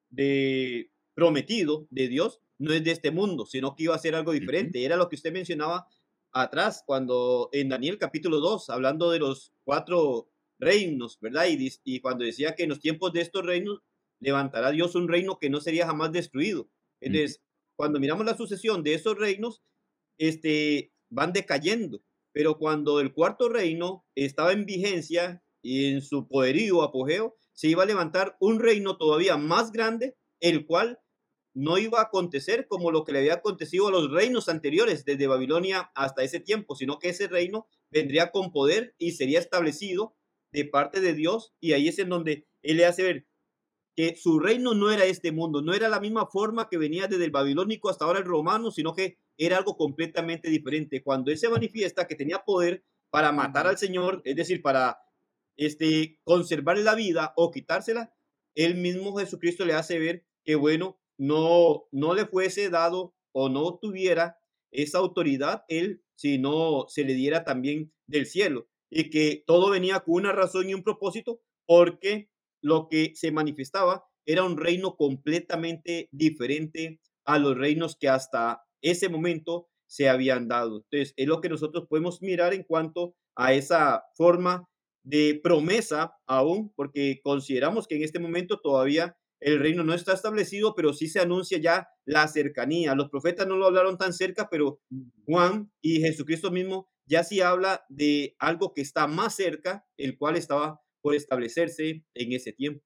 de prometido de Dios no es de este mundo, sino que iba a ser algo diferente. Uh-huh. Era lo que usted mencionaba atrás, cuando en Daniel capítulo dos, hablando de los cuatro reinos, ¿verdad? Y, y cuando decía que en los tiempos de estos reinos levantará Dios un reino que no sería jamás destruido. Entonces, uh-huh. cuando miramos la sucesión de esos reinos, este, van decayendo, pero cuando el cuarto reino estaba en vigencia y en su poderío, apogeo, se iba a levantar un reino todavía más grande, el cual no iba a acontecer como lo que le había acontecido a los reinos anteriores desde Babilonia hasta ese tiempo, sino que ese reino vendría con poder y sería establecido de parte de Dios, y ahí es en donde él le hace ver que su reino no era este mundo, no era la misma forma que venía desde el babilónico hasta ahora el romano, sino que era algo completamente diferente. Cuando él se manifiesta que tenía poder para matar al Señor, es decir, para este, conservar la vida o quitársela, el mismo Jesucristo le hace ver que, bueno, no, no le fuese dado o no tuviera esa autoridad él, si no se le diera también del cielo, y que todo venía con una razón y un propósito, porque lo que se manifestaba era un reino completamente diferente a los reinos que hasta ese momento se habían dado. Entonces, es lo que nosotros podemos mirar en cuanto a esa forma de promesa aún, porque consideramos que en este momento todavía el reino no está establecido, pero sí se anuncia ya la cercanía. Los profetas no lo hablaron tan cerca, pero Juan y Jesucristo mismo ya sí habla de algo que está más cerca, el cual estaba por establecerse en ese tiempo.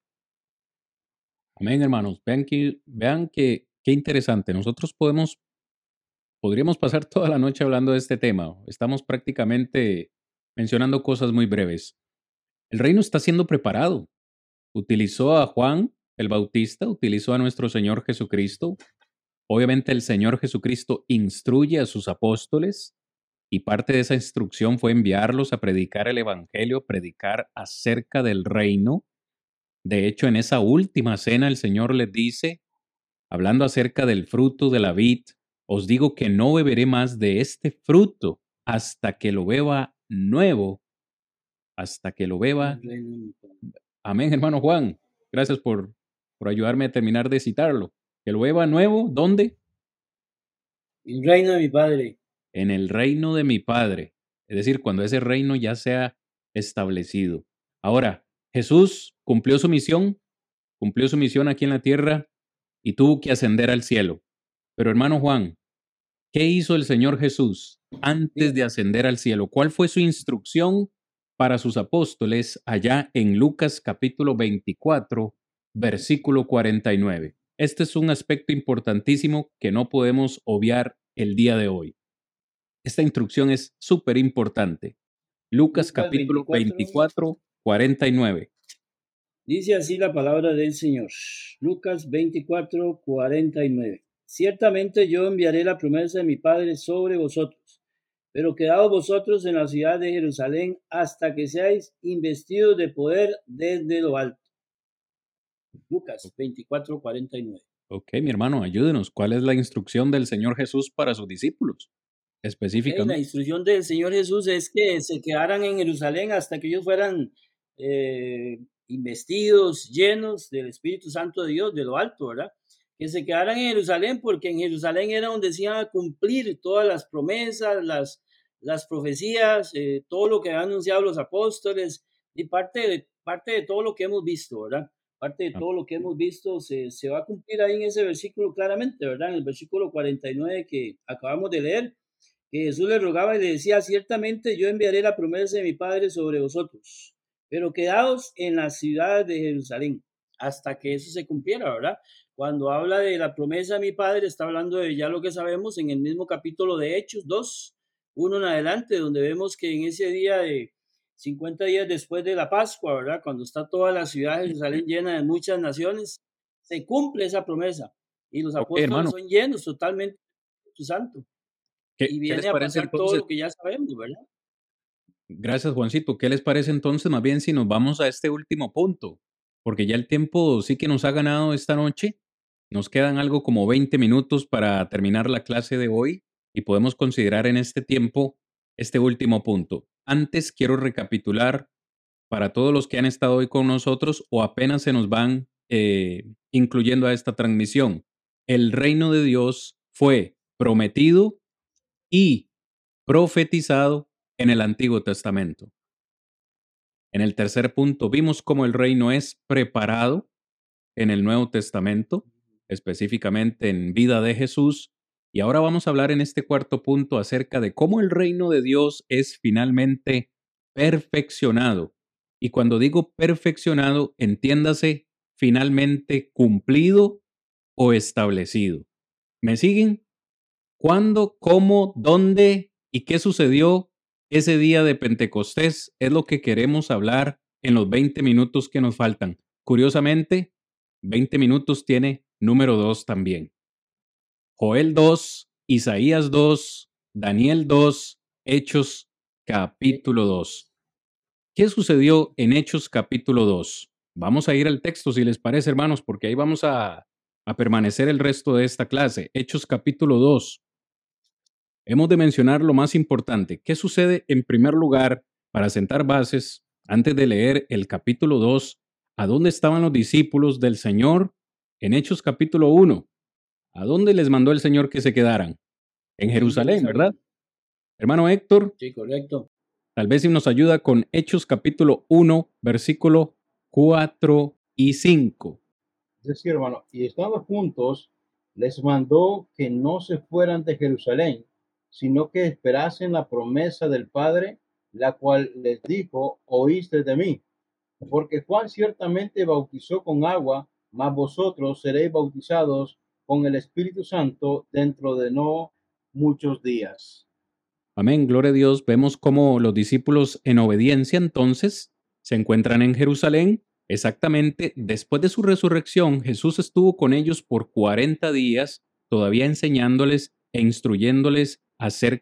Amén, hermanos. Vean que, vean que qué interesante. Nosotros podemos, podríamos pasar toda la noche hablando de este tema. Estamos prácticamente mencionando cosas muy breves. El reino está siendo preparado. Utilizó a Juan el Bautista, utilizó a nuestro Señor Jesucristo. Obviamente el Señor Jesucristo instruye a sus apóstoles y parte de esa instrucción fue enviarlos a predicar el evangelio, predicar acerca del reino. De hecho, en esa última cena el Señor les dice, hablando acerca del fruto de la vid, os digo que no beberé más de este fruto hasta que lo beba nuevo, hasta que lo beba. Amén, hermano Juan. Gracias por, por ayudarme a terminar de citarlo. Que lo beba nuevo, ¿dónde? El reino de mi Padre. En el reino de mi Padre. Es decir, cuando ese reino ya sea establecido. Ahora, Jesús cumplió su misión, cumplió su misión aquí en la tierra y tuvo que ascender al cielo. Pero hermano Juan, ¿qué hizo el Señor Jesús antes de ascender al cielo? ¿Cuál fue su instrucción para sus apóstoles allá en Lucas capítulo veinticuatro, versículo cuarenta y nueve? Este es un aspecto importantísimo que no podemos obviar el día de hoy. Esta instrucción es súper importante. Lucas, Lucas capítulo veinticuatro, cuarenta y nueve. Dice así la palabra del Señor. Lucas veinticuatro, cuarenta y nueve. Ciertamente yo enviaré la promesa de mi Padre sobre vosotros, pero quedaos vosotros en la ciudad de Jerusalén hasta que seáis investidos de poder desde lo alto. Lucas veinticuatro, cuarenta y nueve. Ok, mi hermano, ayúdenos. ¿Cuál es la instrucción del Señor Jesús para sus discípulos? Específicamente. Okay, la instrucción del Señor Jesús es que se quedaran en Jerusalén hasta que ellos fueran eh, investidos, llenos del Espíritu Santo de Dios, de lo alto, ¿verdad? Que se quedaran en Jerusalén porque en Jerusalén era donde se iban a cumplir todas las promesas, las, las profecías, eh, todo lo que habían anunciado los apóstoles y parte de, parte de todo lo que hemos visto, ¿verdad? Parte de todo lo que hemos visto se, se va a cumplir ahí en ese versículo claramente, ¿verdad? En el versículo cuarenta y nueve que acabamos de leer, que Jesús le rogaba y le decía, ciertamente yo enviaré la promesa de mi Padre sobre vosotros, pero quedaos en la ciudad de Jerusalén hasta que eso se cumpliera, ¿verdad? Cuando habla de la promesa de mi Padre, está hablando de ya lo que sabemos en el mismo capítulo de Hechos dos, uno en adelante, donde vemos que en ese día de cincuenta días después de la Pascua, ¿verdad? Cuando está toda la ciudad de Jerusalén llena de muchas naciones, se cumple esa promesa y los apóstoles okay, son llenos totalmente del Espíritu Santo. ¿Qué, y viene ¿qué les parece, a pasar entonces? todo lo que ya sabemos, ¿verdad? Gracias, Juancito. ¿Qué les parece entonces más bien si nos vamos a este último punto? Porque ya el tiempo sí que nos ha ganado esta noche. Nos quedan algo como veinte minutos para terminar la clase de hoy y podemos considerar en este tiempo este último punto. Antes quiero recapitular para todos los que han estado hoy con nosotros o apenas se nos van eh, incluyendo a esta transmisión. El reino de Dios fue prometido y profetizado en el Antiguo Testamento. En el tercer punto vimos cómo el reino es preparado en el Nuevo Testamento, específicamente en vida de Jesús. Y ahora vamos a hablar en este cuarto punto acerca de cómo el reino de Dios es finalmente perfeccionado. Y cuando digo perfeccionado, entiéndase finalmente cumplido o establecido. ¿Me siguen? ¿Cuándo, cómo, dónde y qué sucedió ese día de Pentecostés? Es lo que queremos hablar en los veinte minutos que nos faltan. Curiosamente, veinte minutos tiene número dos también. Joel dos, Isaías dos, Daniel dos, Hechos capítulo dos. ¿Qué sucedió en Hechos capítulo dos? Vamos a ir al texto si les parece, hermanos, porque ahí vamos a, a permanecer el resto de esta clase. Hechos capítulo dos. Hemos de mencionar lo más importante. ¿Qué sucede en primer lugar para sentar bases antes de leer el capítulo dos? ¿A dónde estaban los discípulos del Señor en Hechos capítulo uno? ¿A dónde les mandó el Señor que se quedaran? En Jerusalén, ¿verdad? Hermano Héctor. Sí, correcto. Tal vez si nos ayuda con Hechos capítulo uno, versículo cuatro y cinco. Es decir, hermano, y estando juntos, les mandó que no se fueran de Jerusalén, sino que esperasen la promesa del Padre, la cual les dijo, oíste de mí. Porque Juan ciertamente bautizó con agua, mas vosotros seréis bautizados con el Espíritu Santo dentro de no muchos días. Amén, gloria a Dios. Vemos cómo los discípulos en obediencia entonces se encuentran en Jerusalén. Exactamente después de su resurrección, Jesús estuvo con ellos por cuarenta días, todavía enseñándoles e instruyéndoles acerca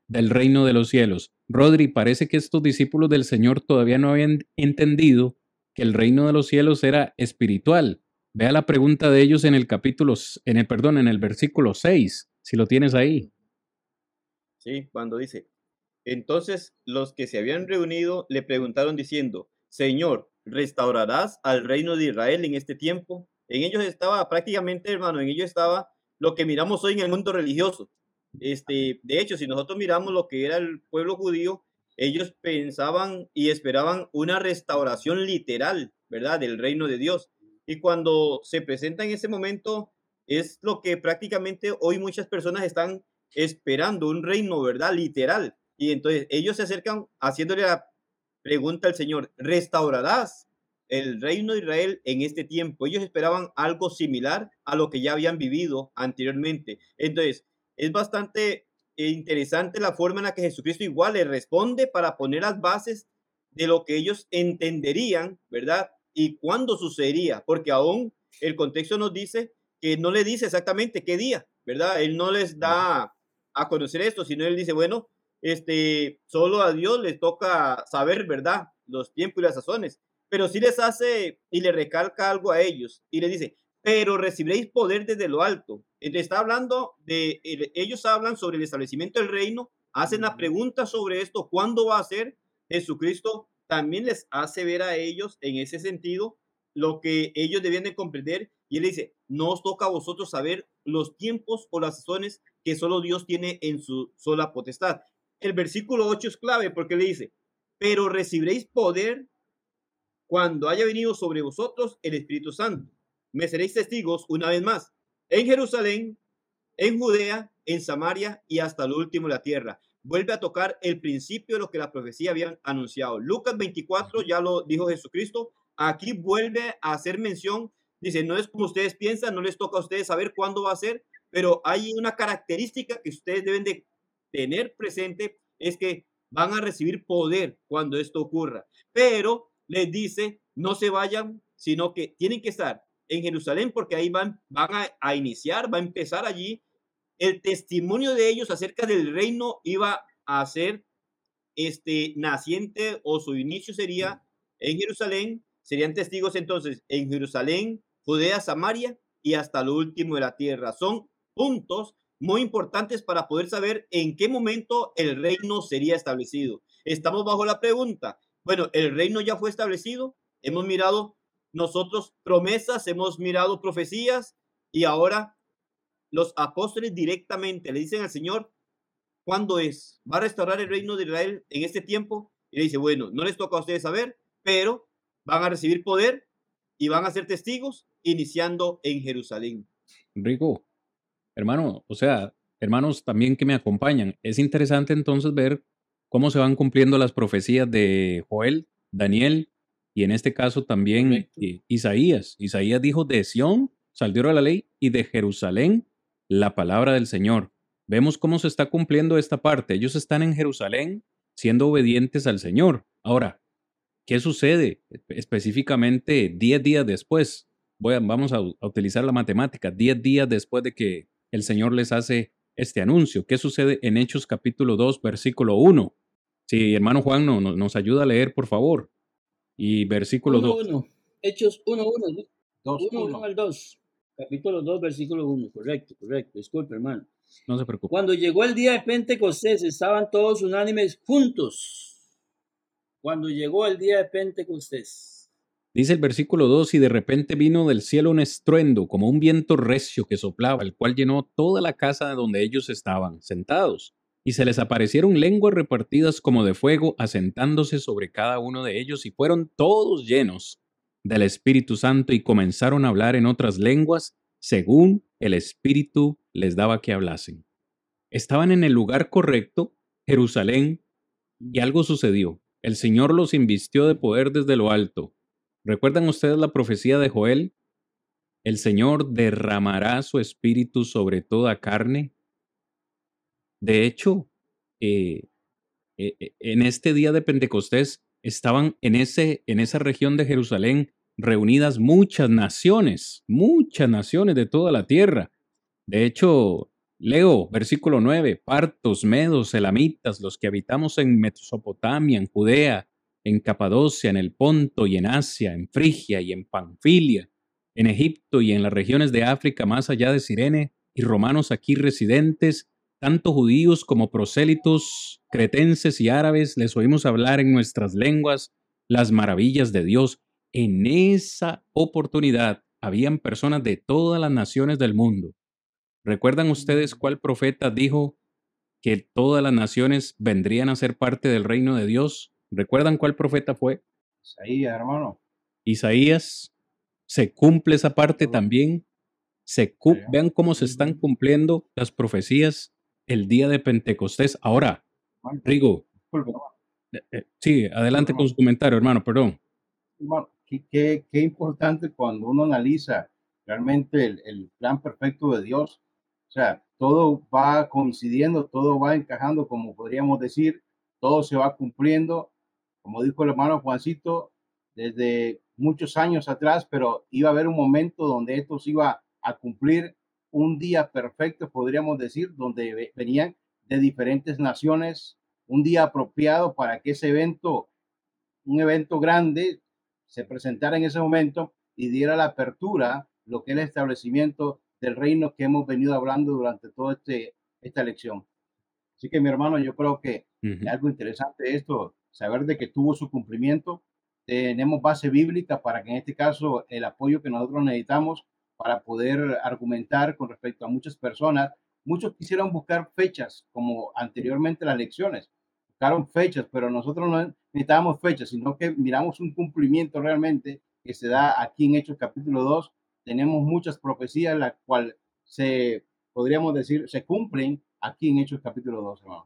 del reino de los cielos. Rodri, parece que estos discípulos del Señor todavía no habían entendido que el reino de los cielos era espiritual. Vea la pregunta de ellos en el capítulo, en el, perdón, en el versículo seis, si lo tienes ahí. Sí, cuando dice, entonces los que se habían reunido le preguntaron diciendo, Señor, ¿restaurarás al reino de Israel en este tiempo? En ellos estaba prácticamente, hermano, en ellos estaba lo que miramos hoy en el mundo religioso. Este, de hecho, si nosotros miramos lo que era el pueblo judío, ellos pensaban y esperaban una restauración literal, ¿verdad?, del reino de Dios. Y cuando se presenta en ese momento, es lo que prácticamente hoy muchas personas están esperando, un reino, ¿verdad?, literal. Y entonces ellos se acercan haciéndole la pregunta al Señor, ¿restaurarás el reino de Israel en este tiempo? Ellos esperaban algo similar a lo que ya habían vivido anteriormente. Entonces, es bastante interesante la forma en la que Jesucristo igual le responde para poner las bases de lo que ellos entenderían, ¿verdad? Y cuándo sucedería, porque aún el contexto nos dice que no le dice exactamente qué día, ¿verdad? Él no les da a conocer esto, sino él dice, bueno, este, solo a Dios les toca saber, ¿verdad?, los tiempos y las sazones, pero sí les hace y le recalca algo a ellos y les dice, pero recibiréis poder desde lo alto. Entonces está hablando de, ellos hablan sobre el establecimiento del reino, hacen la pregunta sobre esto, ¿cuándo va a ser? Jesucristo también les hace ver a ellos en ese sentido lo que ellos debían de comprender y él dice, no os toca a vosotros saber los tiempos o las sazones que solo Dios tiene en su sola potestad. El versículo ocho es clave porque le dice, pero recibiréis poder cuando haya venido sobre vosotros el Espíritu Santo. Me seréis testigos una vez más en Jerusalén, en Judea, en Samaria y hasta lo último de la tierra. Vuelve a tocar el principio de lo que la profecía habían anunciado. Lucas veinticuatro ya lo dijo Jesucristo. Aquí vuelve a hacer mención. Dice, no es como ustedes piensan, no les toca a ustedes saber cuándo va a ser, pero hay una característica que ustedes deben de tener presente, es que van a recibir poder cuando esto ocurra. Pero les dice, no se vayan, sino que tienen que estar en Jerusalén porque ahí van, van a, a iniciar, va a empezar allí. El testimonio de ellos acerca del reino iba a ser este, naciente o su inicio sería en Jerusalén. Serían testigos entonces en Jerusalén, Judea, Samaria y hasta lo último de la tierra. Son puntos muy importantes para poder saber en qué momento el reino sería establecido. Estamos bajo la pregunta, bueno, el reino ya fue establecido, hemos mirado nosotros promesas, hemos mirado profecías y ahora los apóstoles directamente le dicen al Señor, ¿cuándo es? ¿Va a restaurar el reino de Israel en este tiempo? Y le dice, bueno, no les toca a ustedes saber, pero van a recibir poder y van a ser testigos iniciando en Jerusalén. Rico, hermano, o sea, hermanos también que me acompañan, es interesante entonces ver cómo se van cumpliendo las profecías de Joel, Daniel y en este caso también eh, Isaías. Isaías dijo de Sión salió la ley y de Jerusalén la palabra del Señor. Vemos cómo se está cumpliendo esta parte. Ellos están en Jerusalén siendo obedientes al Señor. Ahora, ¿qué sucede específicamente diez días después? Voy a, vamos a, a utilizar la matemática. diez días después de que el Señor les hace este anuncio. ¿Qué sucede en Hechos capítulo dos, versículo uno? Si hermano Juan no, no, nos ayuda a leer, por favor. Y versículo dos. Hechos uno, uno. dos, uno al dos. Capítulo dos, versículo uno. Correcto, correcto. Disculpe, hermano. No se preocupe. Cuando llegó el día de Pentecostés, estaban todos unánimes juntos. Cuando llegó el día de Pentecostés. Dice el versículo dos, y de repente vino del cielo un estruendo, como un viento recio que soplaba, el cual llenó toda la casa de donde ellos estaban sentados. Y se les aparecieron lenguas repartidas como de fuego, asentándose sobre cada uno de ellos, y fueron todos llenos del Espíritu Santo, y comenzaron a hablar en otras lenguas, según el Espíritu les daba que hablasen. Estaban en el lugar correcto, Jerusalén, y algo sucedió. El Señor los invistió de poder desde lo alto. ¿Recuerdan ustedes la profecía de Joel? El Señor derramará su espíritu sobre toda carne. De hecho, eh, eh, en este día de Pentecostés estaban en, ese, en esa región de Jerusalén reunidas muchas naciones, muchas naciones de toda la tierra. De hecho, Leo, versículo nueve, partos, medos, elamitas, los que habitamos en Mesopotamia, en Judea, en Capadocia, en el Ponto y en Asia, en Frigia y en Panfilia, en Egipto y en las regiones de África más allá de Cirene, y romanos aquí residentes, tanto judíos como prosélitos, cretenses y árabes, les oímos hablar en nuestras lenguas las maravillas de Dios. En esa oportunidad habían personas de todas las naciones del mundo. ¿Recuerdan ustedes cuál profeta dijo que todas las naciones vendrían a ser parte del reino de Dios? ¿Recuerdan cuál profeta fue? Isaías, hermano. Isaías. ¿Se cumple esa parte también? Se cu- Sí. Vean cómo se están cumpliendo las profecías el día de Pentecostés. Ahora, Hermano, Rigo, disculpe, hermano. eh, eh, sí, adelante con su comentario, hermano, perdón. Hermano, qué, qué- qué importante cuando uno analiza realmente el, el plan perfecto de Dios. O sea, todo va coincidiendo, todo va encajando, como podríamos decir, todo se va cumpliendo, como dijo el hermano Juancito, desde muchos años atrás, pero iba a haber un momento donde esto se iba a cumplir, un día perfecto, podríamos decir, donde ve- venían de diferentes naciones, un día apropiado para que ese evento, un evento grande, se presentara en ese momento y diera la apertura, lo que es el establecimiento del reino que hemos venido hablando durante toda este, esta lección. Así que mi hermano, yo creo que es Ujú. algo interesante esto, saber de que tuvo su cumplimiento. Tenemos base bíblica para que en este caso el apoyo que nosotros necesitamos para poder argumentar con respecto a muchas personas. Muchos quisieron buscar fechas como anteriormente las lecciones, buscaron fechas, pero nosotros no necesitamos fechas, sino que miramos un cumplimiento realmente que se da aquí en Hechos capítulo dos. Tenemos muchas profecías, las cuales se, podríamos decir, se cumplen aquí en Hechos capítulo dos, hermano.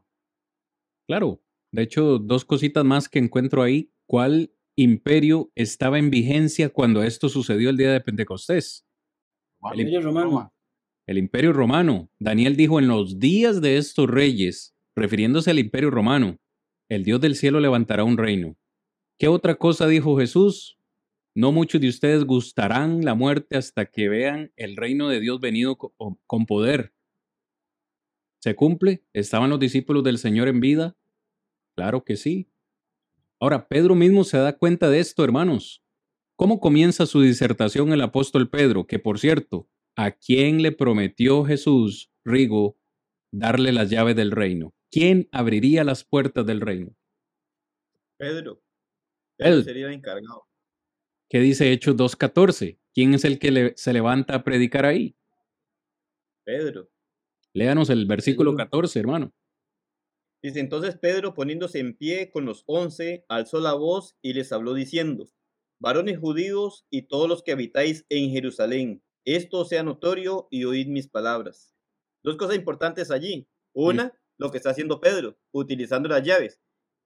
Claro, de hecho, dos cositas más que encuentro ahí. ¿Cuál imperio estaba en vigencia cuando esto sucedió el día de Pentecostés? El, im- Imperio Romano. el Imperio Romano. Daniel dijo, en los días de estos reyes, refiriéndose al Imperio Romano, el Dios del cielo levantará un reino. ¿Qué otra cosa dijo Jesús? No muchos de ustedes gustarán la muerte hasta que vean el reino de Dios venido co- con poder. ¿Se cumple? ¿Estaban los discípulos del Señor en vida? Claro que sí. Ahora, Pedro mismo se da cuenta de esto, hermanos. ¿Cómo comienza su disertación el apóstol Pedro? Que, por cierto, ¿a quién le prometió Jesús, Rigo, darle las llaves del reino? ¿Quién abriría las puertas del reino? Pedro. Pedro Él. sería el encargado. ¿Qué dice Hechos dos catorce? ¿Quién es el que le- se levanta a predicar ahí? Pedro. Léanos el versículo Pedro. catorce, hermano. Dice, entonces Pedro, poniéndose en pie con los once, alzó la voz y les habló diciendo, varones judíos y todos los que habitáis en Jerusalén, esto sea notorio y oíd mis palabras. Dos cosas importantes allí. Una, lo que está haciendo Pedro, utilizando las llaves.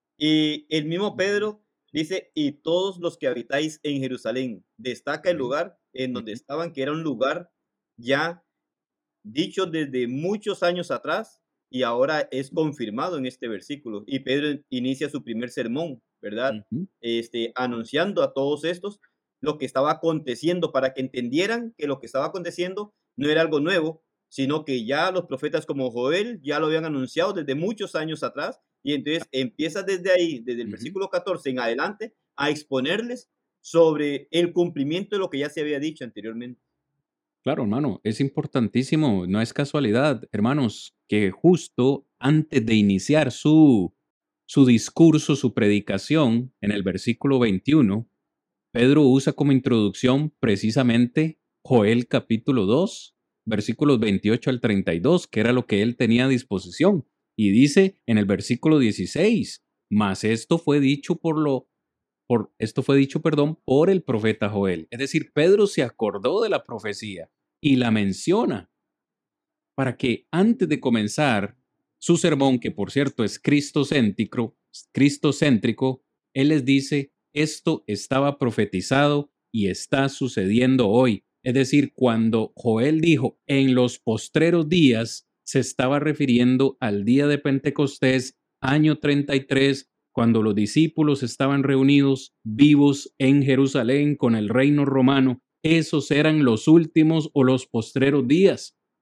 Y el mismo Pedro dice, y todos los que habitáis en Jerusalén. Destaca el lugar en donde estaban, que era un lugar ya dicho desde muchos años atrás y ahora es confirmado en este versículo. Y Pedro inicia su primer sermón, ¿verdad? Ujú. Este, anunciando a todos estos lo que estaba aconteciendo para que entendieran que lo que estaba aconteciendo no era algo nuevo, sino que ya los profetas como Joel ya lo habían anunciado desde muchos años atrás. Y entonces empieza desde ahí, desde el Ujú. versículo catorce en adelante, a exponerles sobre el cumplimiento de lo que ya se había dicho anteriormente. Claro, hermano, es importantísimo, no es casualidad, hermanos, que justo antes de iniciar su, su discurso, su predicación, en el versículo veintiuno, Pedro usa como introducción precisamente Joel capítulo dos, versículos veintiocho al treinta y dos, que era lo que él tenía a disposición. Y dice en el versículo dieciséis, mas esto fue dicho por lo por esto fue dicho, perdón, por el profeta Joel. Es decir, Pedro se acordó de la profecía y la menciona para que antes de comenzar su sermón, que por cierto es cristocéntrico, cristocéntrico, él les dice, esto estaba profetizado y está sucediendo hoy. Es decir, cuando Joel dijo en los postreros días, se estaba refiriendo al día de Pentecostés, año treinta y tres, cuando los discípulos estaban reunidos vivos en Jerusalén con el reino romano. Esos eran los últimos o los postreros días.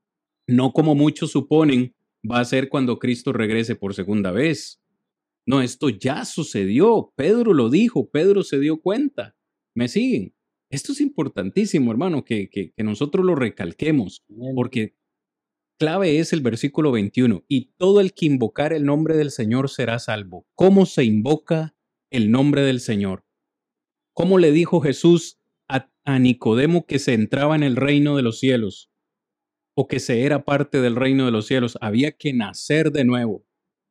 no como muchos suponen va a ser cuando Cristo regrese por segunda vez. No, esto ya sucedió. Pedro lo dijo, Pedro se dio cuenta. ¿Me siguen? Esto es importantísimo, hermano, que, que, que nosotros lo recalquemos, porque clave es el versículo veintiuno. Y todo el que invocar el nombre del Señor será salvo. ¿Cómo se invoca el nombre del Señor? ¿Cómo le dijo Jesús a, a Nicodemo que se entraba en el reino de los cielos? O que se era parte del reino de los cielos. Había que nacer de nuevo.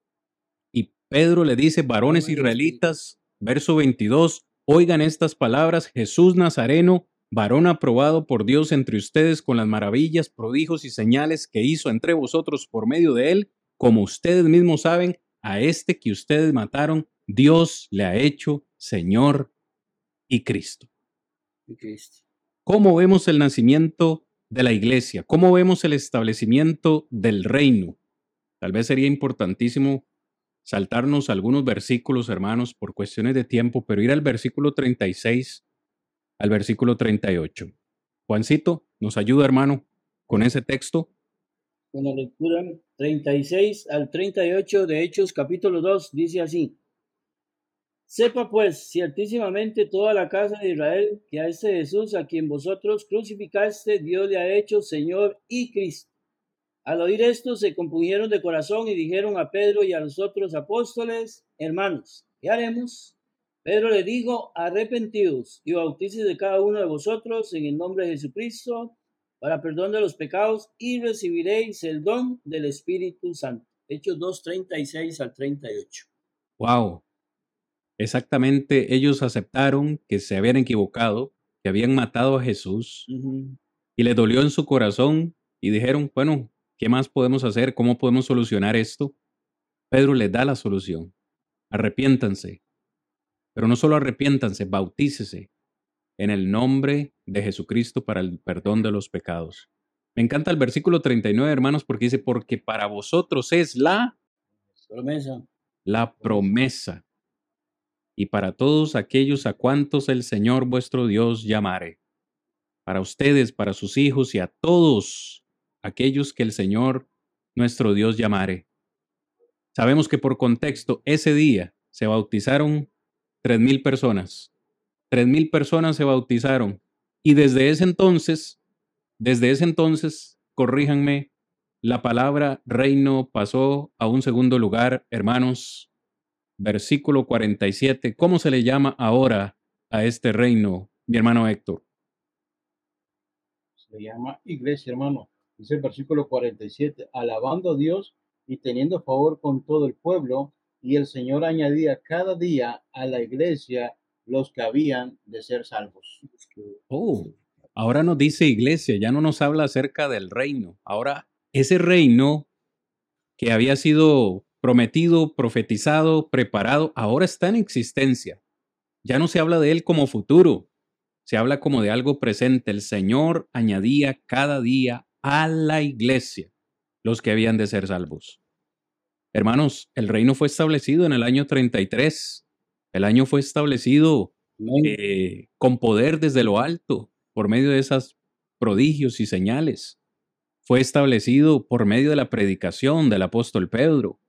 Y Pedro le dice, varones israelitas, verso veintidós, oigan estas palabras, Jesús Nazareno, varón aprobado por Dios entre ustedes con las maravillas, prodigios y señales que hizo entre vosotros por medio de él, como ustedes mismos saben, a este que ustedes mataron, Dios le ha hecho Señor y Cristo. Y Cristo. ¿Cómo vemos el nacimiento de la iglesia? ¿Cómo vemos el establecimiento del reino? Tal vez sería importantísimo saltarnos algunos versículos, hermanos, por cuestiones de tiempo, pero ir al versículo treinta y seis al versículo treinta y ocho. Juancito, ¿nos ayuda, hermano, con ese texto? Con la lectura treinta y seis al treinta y ocho de Hechos, capítulo dos, dice así. Sepa pues ciertísimamente toda la casa de Israel que a este Jesús a quien vosotros crucificaste, Dios le ha hecho Señor y Cristo. Al oír esto se compungieron de corazón y dijeron a Pedro y a los otros apóstoles, hermanos, ¿qué haremos? Pedro le dijo, arrepentidos y bautícese de cada uno de vosotros en el nombre de Jesucristo para perdón de los pecados y recibiréis el don del Espíritu Santo. Hechos dos, treinta y seis al treinta y ocho. Wow. Exactamente, ellos aceptaron que se habían equivocado, que habían matado a Jesús, Uh-huh. y les dolió en su corazón y dijeron, bueno, ¿qué más podemos hacer? ¿Cómo podemos solucionar esto? Pedro les da la solución. Arrepiéntanse. Pero no solo arrepiéntanse, bautícese en el nombre de Jesucristo para el perdón de los pecados. Me encanta el versículo treinta y nueve, hermanos, porque dice, porque para vosotros es la, Promesa. la promesa. Y para todos aquellos a cuantos el Señor vuestro Dios llamare. Para ustedes, para sus hijos y a todos aquellos que el Señor nuestro Dios llamare. Sabemos que por contexto, ese día se bautizaron tres mil personas. Tres mil personas se bautizaron. Y desde ese entonces, desde ese entonces, corríjanme, la palabra reino pasó a un segundo lugar, hermanos. Versículo cuarenta y siete. ¿Cómo se le llama ahora a este reino, mi hermano Héctor? Se llama iglesia, hermano. Dice el versículo cuarenta y siete, alabando a Dios y teniendo favor con todo el pueblo, y el Señor añadía cada día a la iglesia los que habían de ser salvos. Oh, ahora nos dice iglesia, ya no nos habla acerca del reino. Ahora, ese reino que había sido prometido, profetizado, preparado, ahora está en existencia. Ya no se habla de él como futuro, se habla como de algo presente. El Señor añadía cada día a la iglesia los que habían de ser salvos. Hermanos, el reino fue establecido en el año treinta y tres. El año fue establecido eh, con poder desde lo alto, por medio de esos prodigios y señales. Fue establecido por medio de la predicación del apóstol Pedro.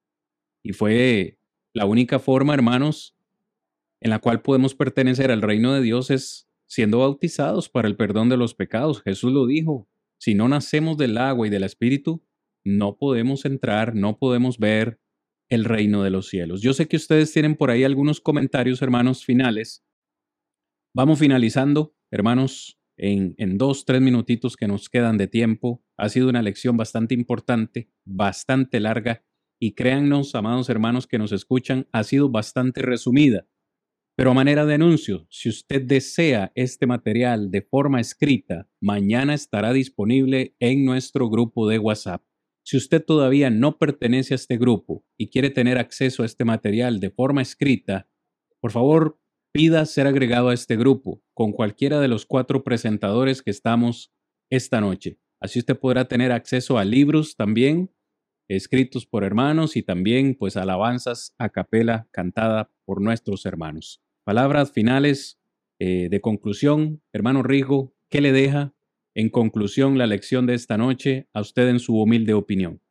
Y fue la única forma, hermanos, en la cual podemos pertenecer al reino de Dios es siendo bautizados para el perdón de los pecados. Jesús lo dijo, si no nacemos del agua y del Espíritu, no podemos entrar, no podemos ver el reino de los cielos. Yo sé que ustedes tienen por ahí algunos comentarios, hermanos, finales. Vamos finalizando, hermanos, en, en dos, tres minutitos que nos quedan de tiempo. Ha sido una lección bastante importante, bastante larga, y créannos, amados hermanos que nos escuchan, ha sido bastante resumida. Pero a manera de anuncio, si usted desea este material de forma escrita, mañana estará disponible en nuestro grupo de WhatsApp. Si usted todavía no pertenece a este grupo y quiere tener acceso a este material de forma escrita, por favor, pida ser agregado a este grupo con cualquiera de los cuatro presentadores que estamos esta noche. Así usted podrá tener acceso a libros también, escritos por hermanos, y también pues alabanzas a capela cantada por nuestros hermanos. Palabras finales eh, de conclusión, hermano Rigo, ¿qué le deja En conclusión, la lección de esta noche, a usted en su humilde opinión.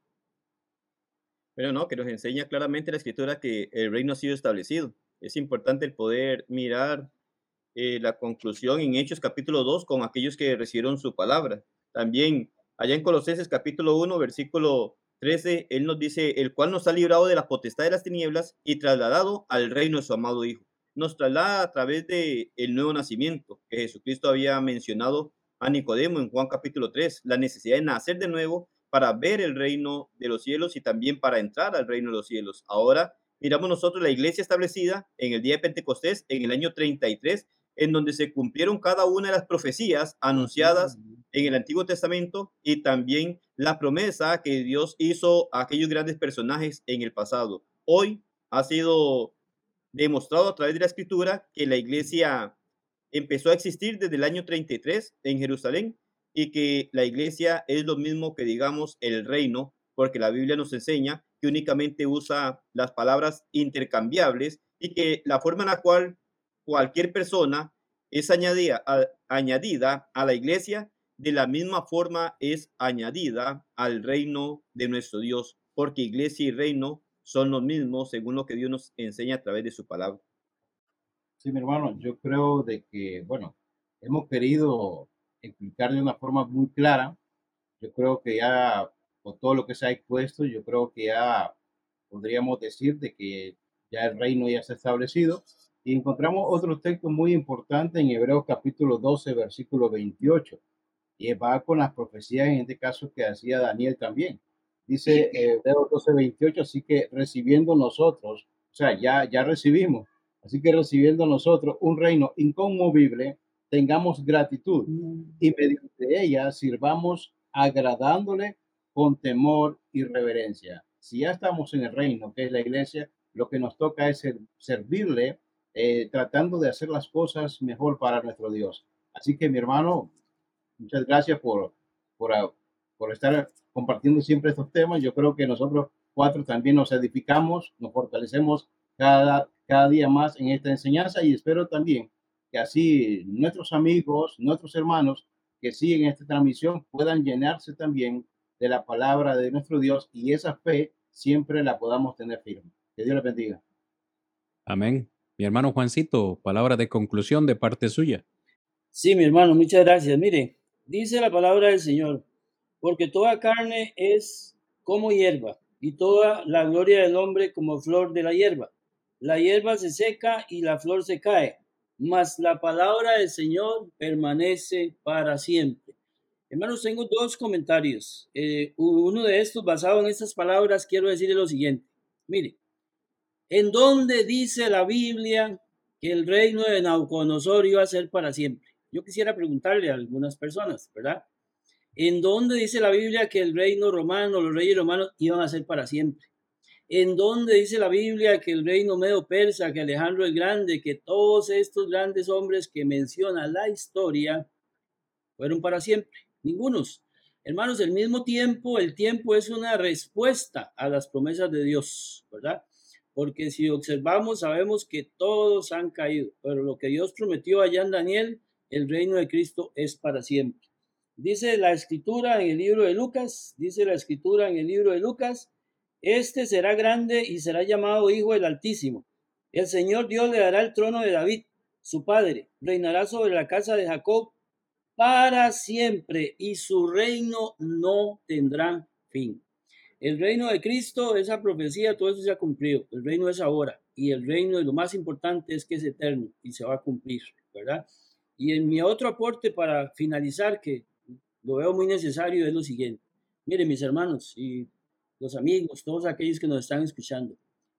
Pero no, que nos enseña claramente la escritura que el reino ha sido establecido. Es importante el poder mirar eh, la conclusión en Hechos capítulo dos con aquellos que recibieron su palabra. También allá en Colosenses capítulo uno, versículo trece, él nos dice, el cual nos ha librado de la potestad de las tinieblas y trasladado al reino de su amado Hijo. Nos traslada a través del nuevo nacimiento que Jesucristo había mencionado a Nicodemo en Juan capítulo tres, la necesidad de nacer de nuevo para ver el reino de los cielos y también para entrar al reino de los cielos. Ahora miramos nosotros la iglesia establecida en el día de Pentecostés, en el año treinta y tres, en donde se cumplieron cada una de las profecías anunciadas en el Antiguo Testamento y también la promesa que Dios hizo a aquellos grandes personajes en el pasado. Hoy ha sido demostrado a través de la Escritura que la iglesia empezó a existir desde el año treinta y tres en Jerusalén y que la iglesia es lo mismo que, digamos, el reino, porque la Biblia nos enseña que únicamente usa las palabras intercambiables y que la forma en la cual cualquier persona es añadida a, añadida a la iglesia, de la misma forma es añadida al reino de nuestro Dios, porque iglesia y reino son los mismos según lo que Dios nos enseña a través de su palabra. Sí, mi hermano, yo creo de que, bueno, hemos querido explicar de una forma muy clara. Yo creo que ya, por todo lo que se ha expuesto, yo creo que ya podríamos decir de que ya el reino ya está establecido. Y encontramos otro texto muy importante en Hebreos capítulo doce, versículo veintiocho. Y va con las profecías, en este caso, que hacía Daniel también. Dice Hebreos doce, veintiocho, así que recibiendo nosotros, o sea, ya, ya recibimos, así que recibiendo nosotros un reino inconmovible, tengamos gratitud y mediante ella sirvamos agradándole con temor y reverencia. Si ya estamos en el reino, que es la iglesia, lo que nos toca es ser, servirle, eh, tratando de hacer las cosas mejor para nuestro Dios. Así que, mi hermano, muchas gracias por, por, por estar compartiendo siempre estos temas. Yo creo que nosotros cuatro también nos edificamos, nos fortalecemos cada, cada día más en esta enseñanza y espero también que así nuestros amigos, nuestros hermanos que siguen esta transmisión puedan llenarse también de la palabra de nuestro Dios y esa fe siempre la podamos tener firme. Que Dios les bendiga. Amén. Mi hermano Juancito, palabra de conclusión de parte suya. Sí, mi hermano, muchas gracias. Mire, dice la palabra del Señor, porque toda carne es como hierba y toda la gloria del hombre como flor de la hierba. La hierba se seca y la flor se cae, mas la palabra del Señor permanece para siempre. Hermanos, tengo dos comentarios. Eh, uno de estos, basado en estas palabras, quiero decirle lo siguiente. Mire, ¿en dónde dice la Biblia que el reino de Nabucodonosor iba a ser para siempre? Yo quisiera preguntarle a algunas personas, ¿verdad? ¿En dónde dice la Biblia que el reino romano, los reyes romanos iban a ser para siempre? ¿En dónde dice la Biblia que el reino medo-persa, que Alejandro el Grande, que todos estos grandes hombres que menciona la historia fueron para siempre? Ningunos. Hermanos, al mismo tiempo, el tiempo es una respuesta a las promesas de Dios, ¿verdad? Porque si observamos, sabemos que todos han caído, pero lo que Dios prometió allá en Daniel, el reino de Cristo es para siempre. Dice la escritura en el libro de Lucas, dice la escritura en el libro de Lucas, este será grande y será llamado Hijo del Altísimo. El Señor Dios le dará el trono de David, su padre, reinará sobre la casa de Jacob para siempre y su reino no tendrá fin. El reino de Cristo, esa profecía, todo eso se ha cumplido. El reino es ahora y el reino, y lo más importante es que es eterno y se va a cumplir, ¿verdad? Y en mi otro aporte para finalizar, que lo veo muy necesario, es lo siguiente. Miren, mis hermanos y los amigos, todos aquellos que nos están escuchando.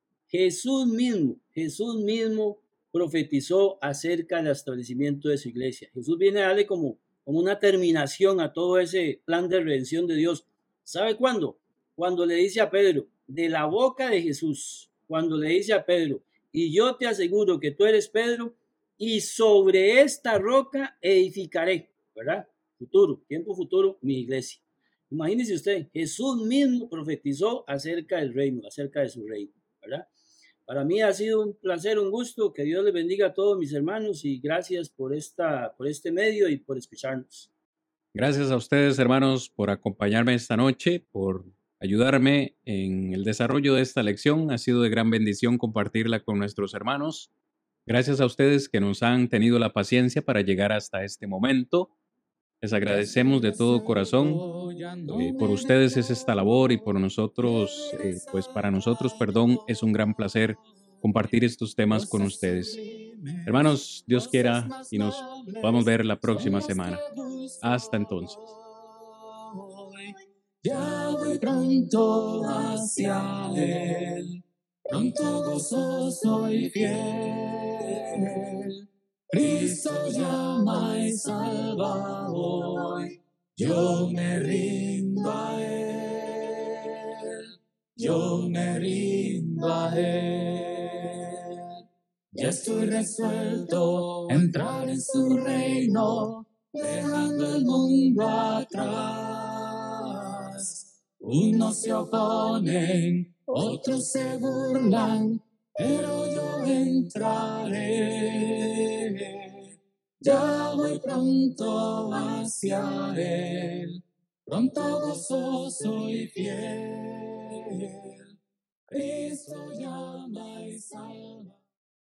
Jesús mismo, Jesús mismo profetizó acerca del establecimiento de su iglesia. Jesús viene a darle como, como una terminación a todo ese plan de redención de Dios. ¿Sabe cuándo? Cuando le dice a Pedro, de la boca de Jesús, cuando le dice a Pedro, y yo te aseguro que tú eres Pedro, y sobre esta roca edificaré, ¿verdad? Futuro, tiempo futuro, mi iglesia. Imagínese usted, Jesús mismo profetizó acerca del reino, acerca de su reino, ¿verdad? Para mí ha sido un placer, un gusto, que Dios les bendiga a todos mis hermanos y gracias por, esta, por este medio y por escucharnos. Gracias a ustedes, hermanos, por acompañarme esta noche, por ayudarme en el desarrollo de esta lección. Ha sido de gran bendición compartirla con nuestros hermanos. Gracias a ustedes que nos han tenido la paciencia para llegar hasta este momento. Les agradecemos de todo corazón. Eh, por ustedes es esta labor y por nosotros, eh, pues para nosotros, perdón, es un gran placer compartir estos temas con ustedes. Hermanos, Dios quiera y nos vamos a ver la próxima semana. Hasta entonces. Ya voy pronto hacia Él, pronto gozoso y fiel. Cristo llama y salva hoy, yo me rindo a Él, yo me rindo a Él. Ya estoy resuelto a entrar en su reino, dejando el mundo atrás. Unos se oponen, otros se burlan, pero yo entraré. Ya voy pronto hacia Él, pronto gozoso y fiel. Cristo ya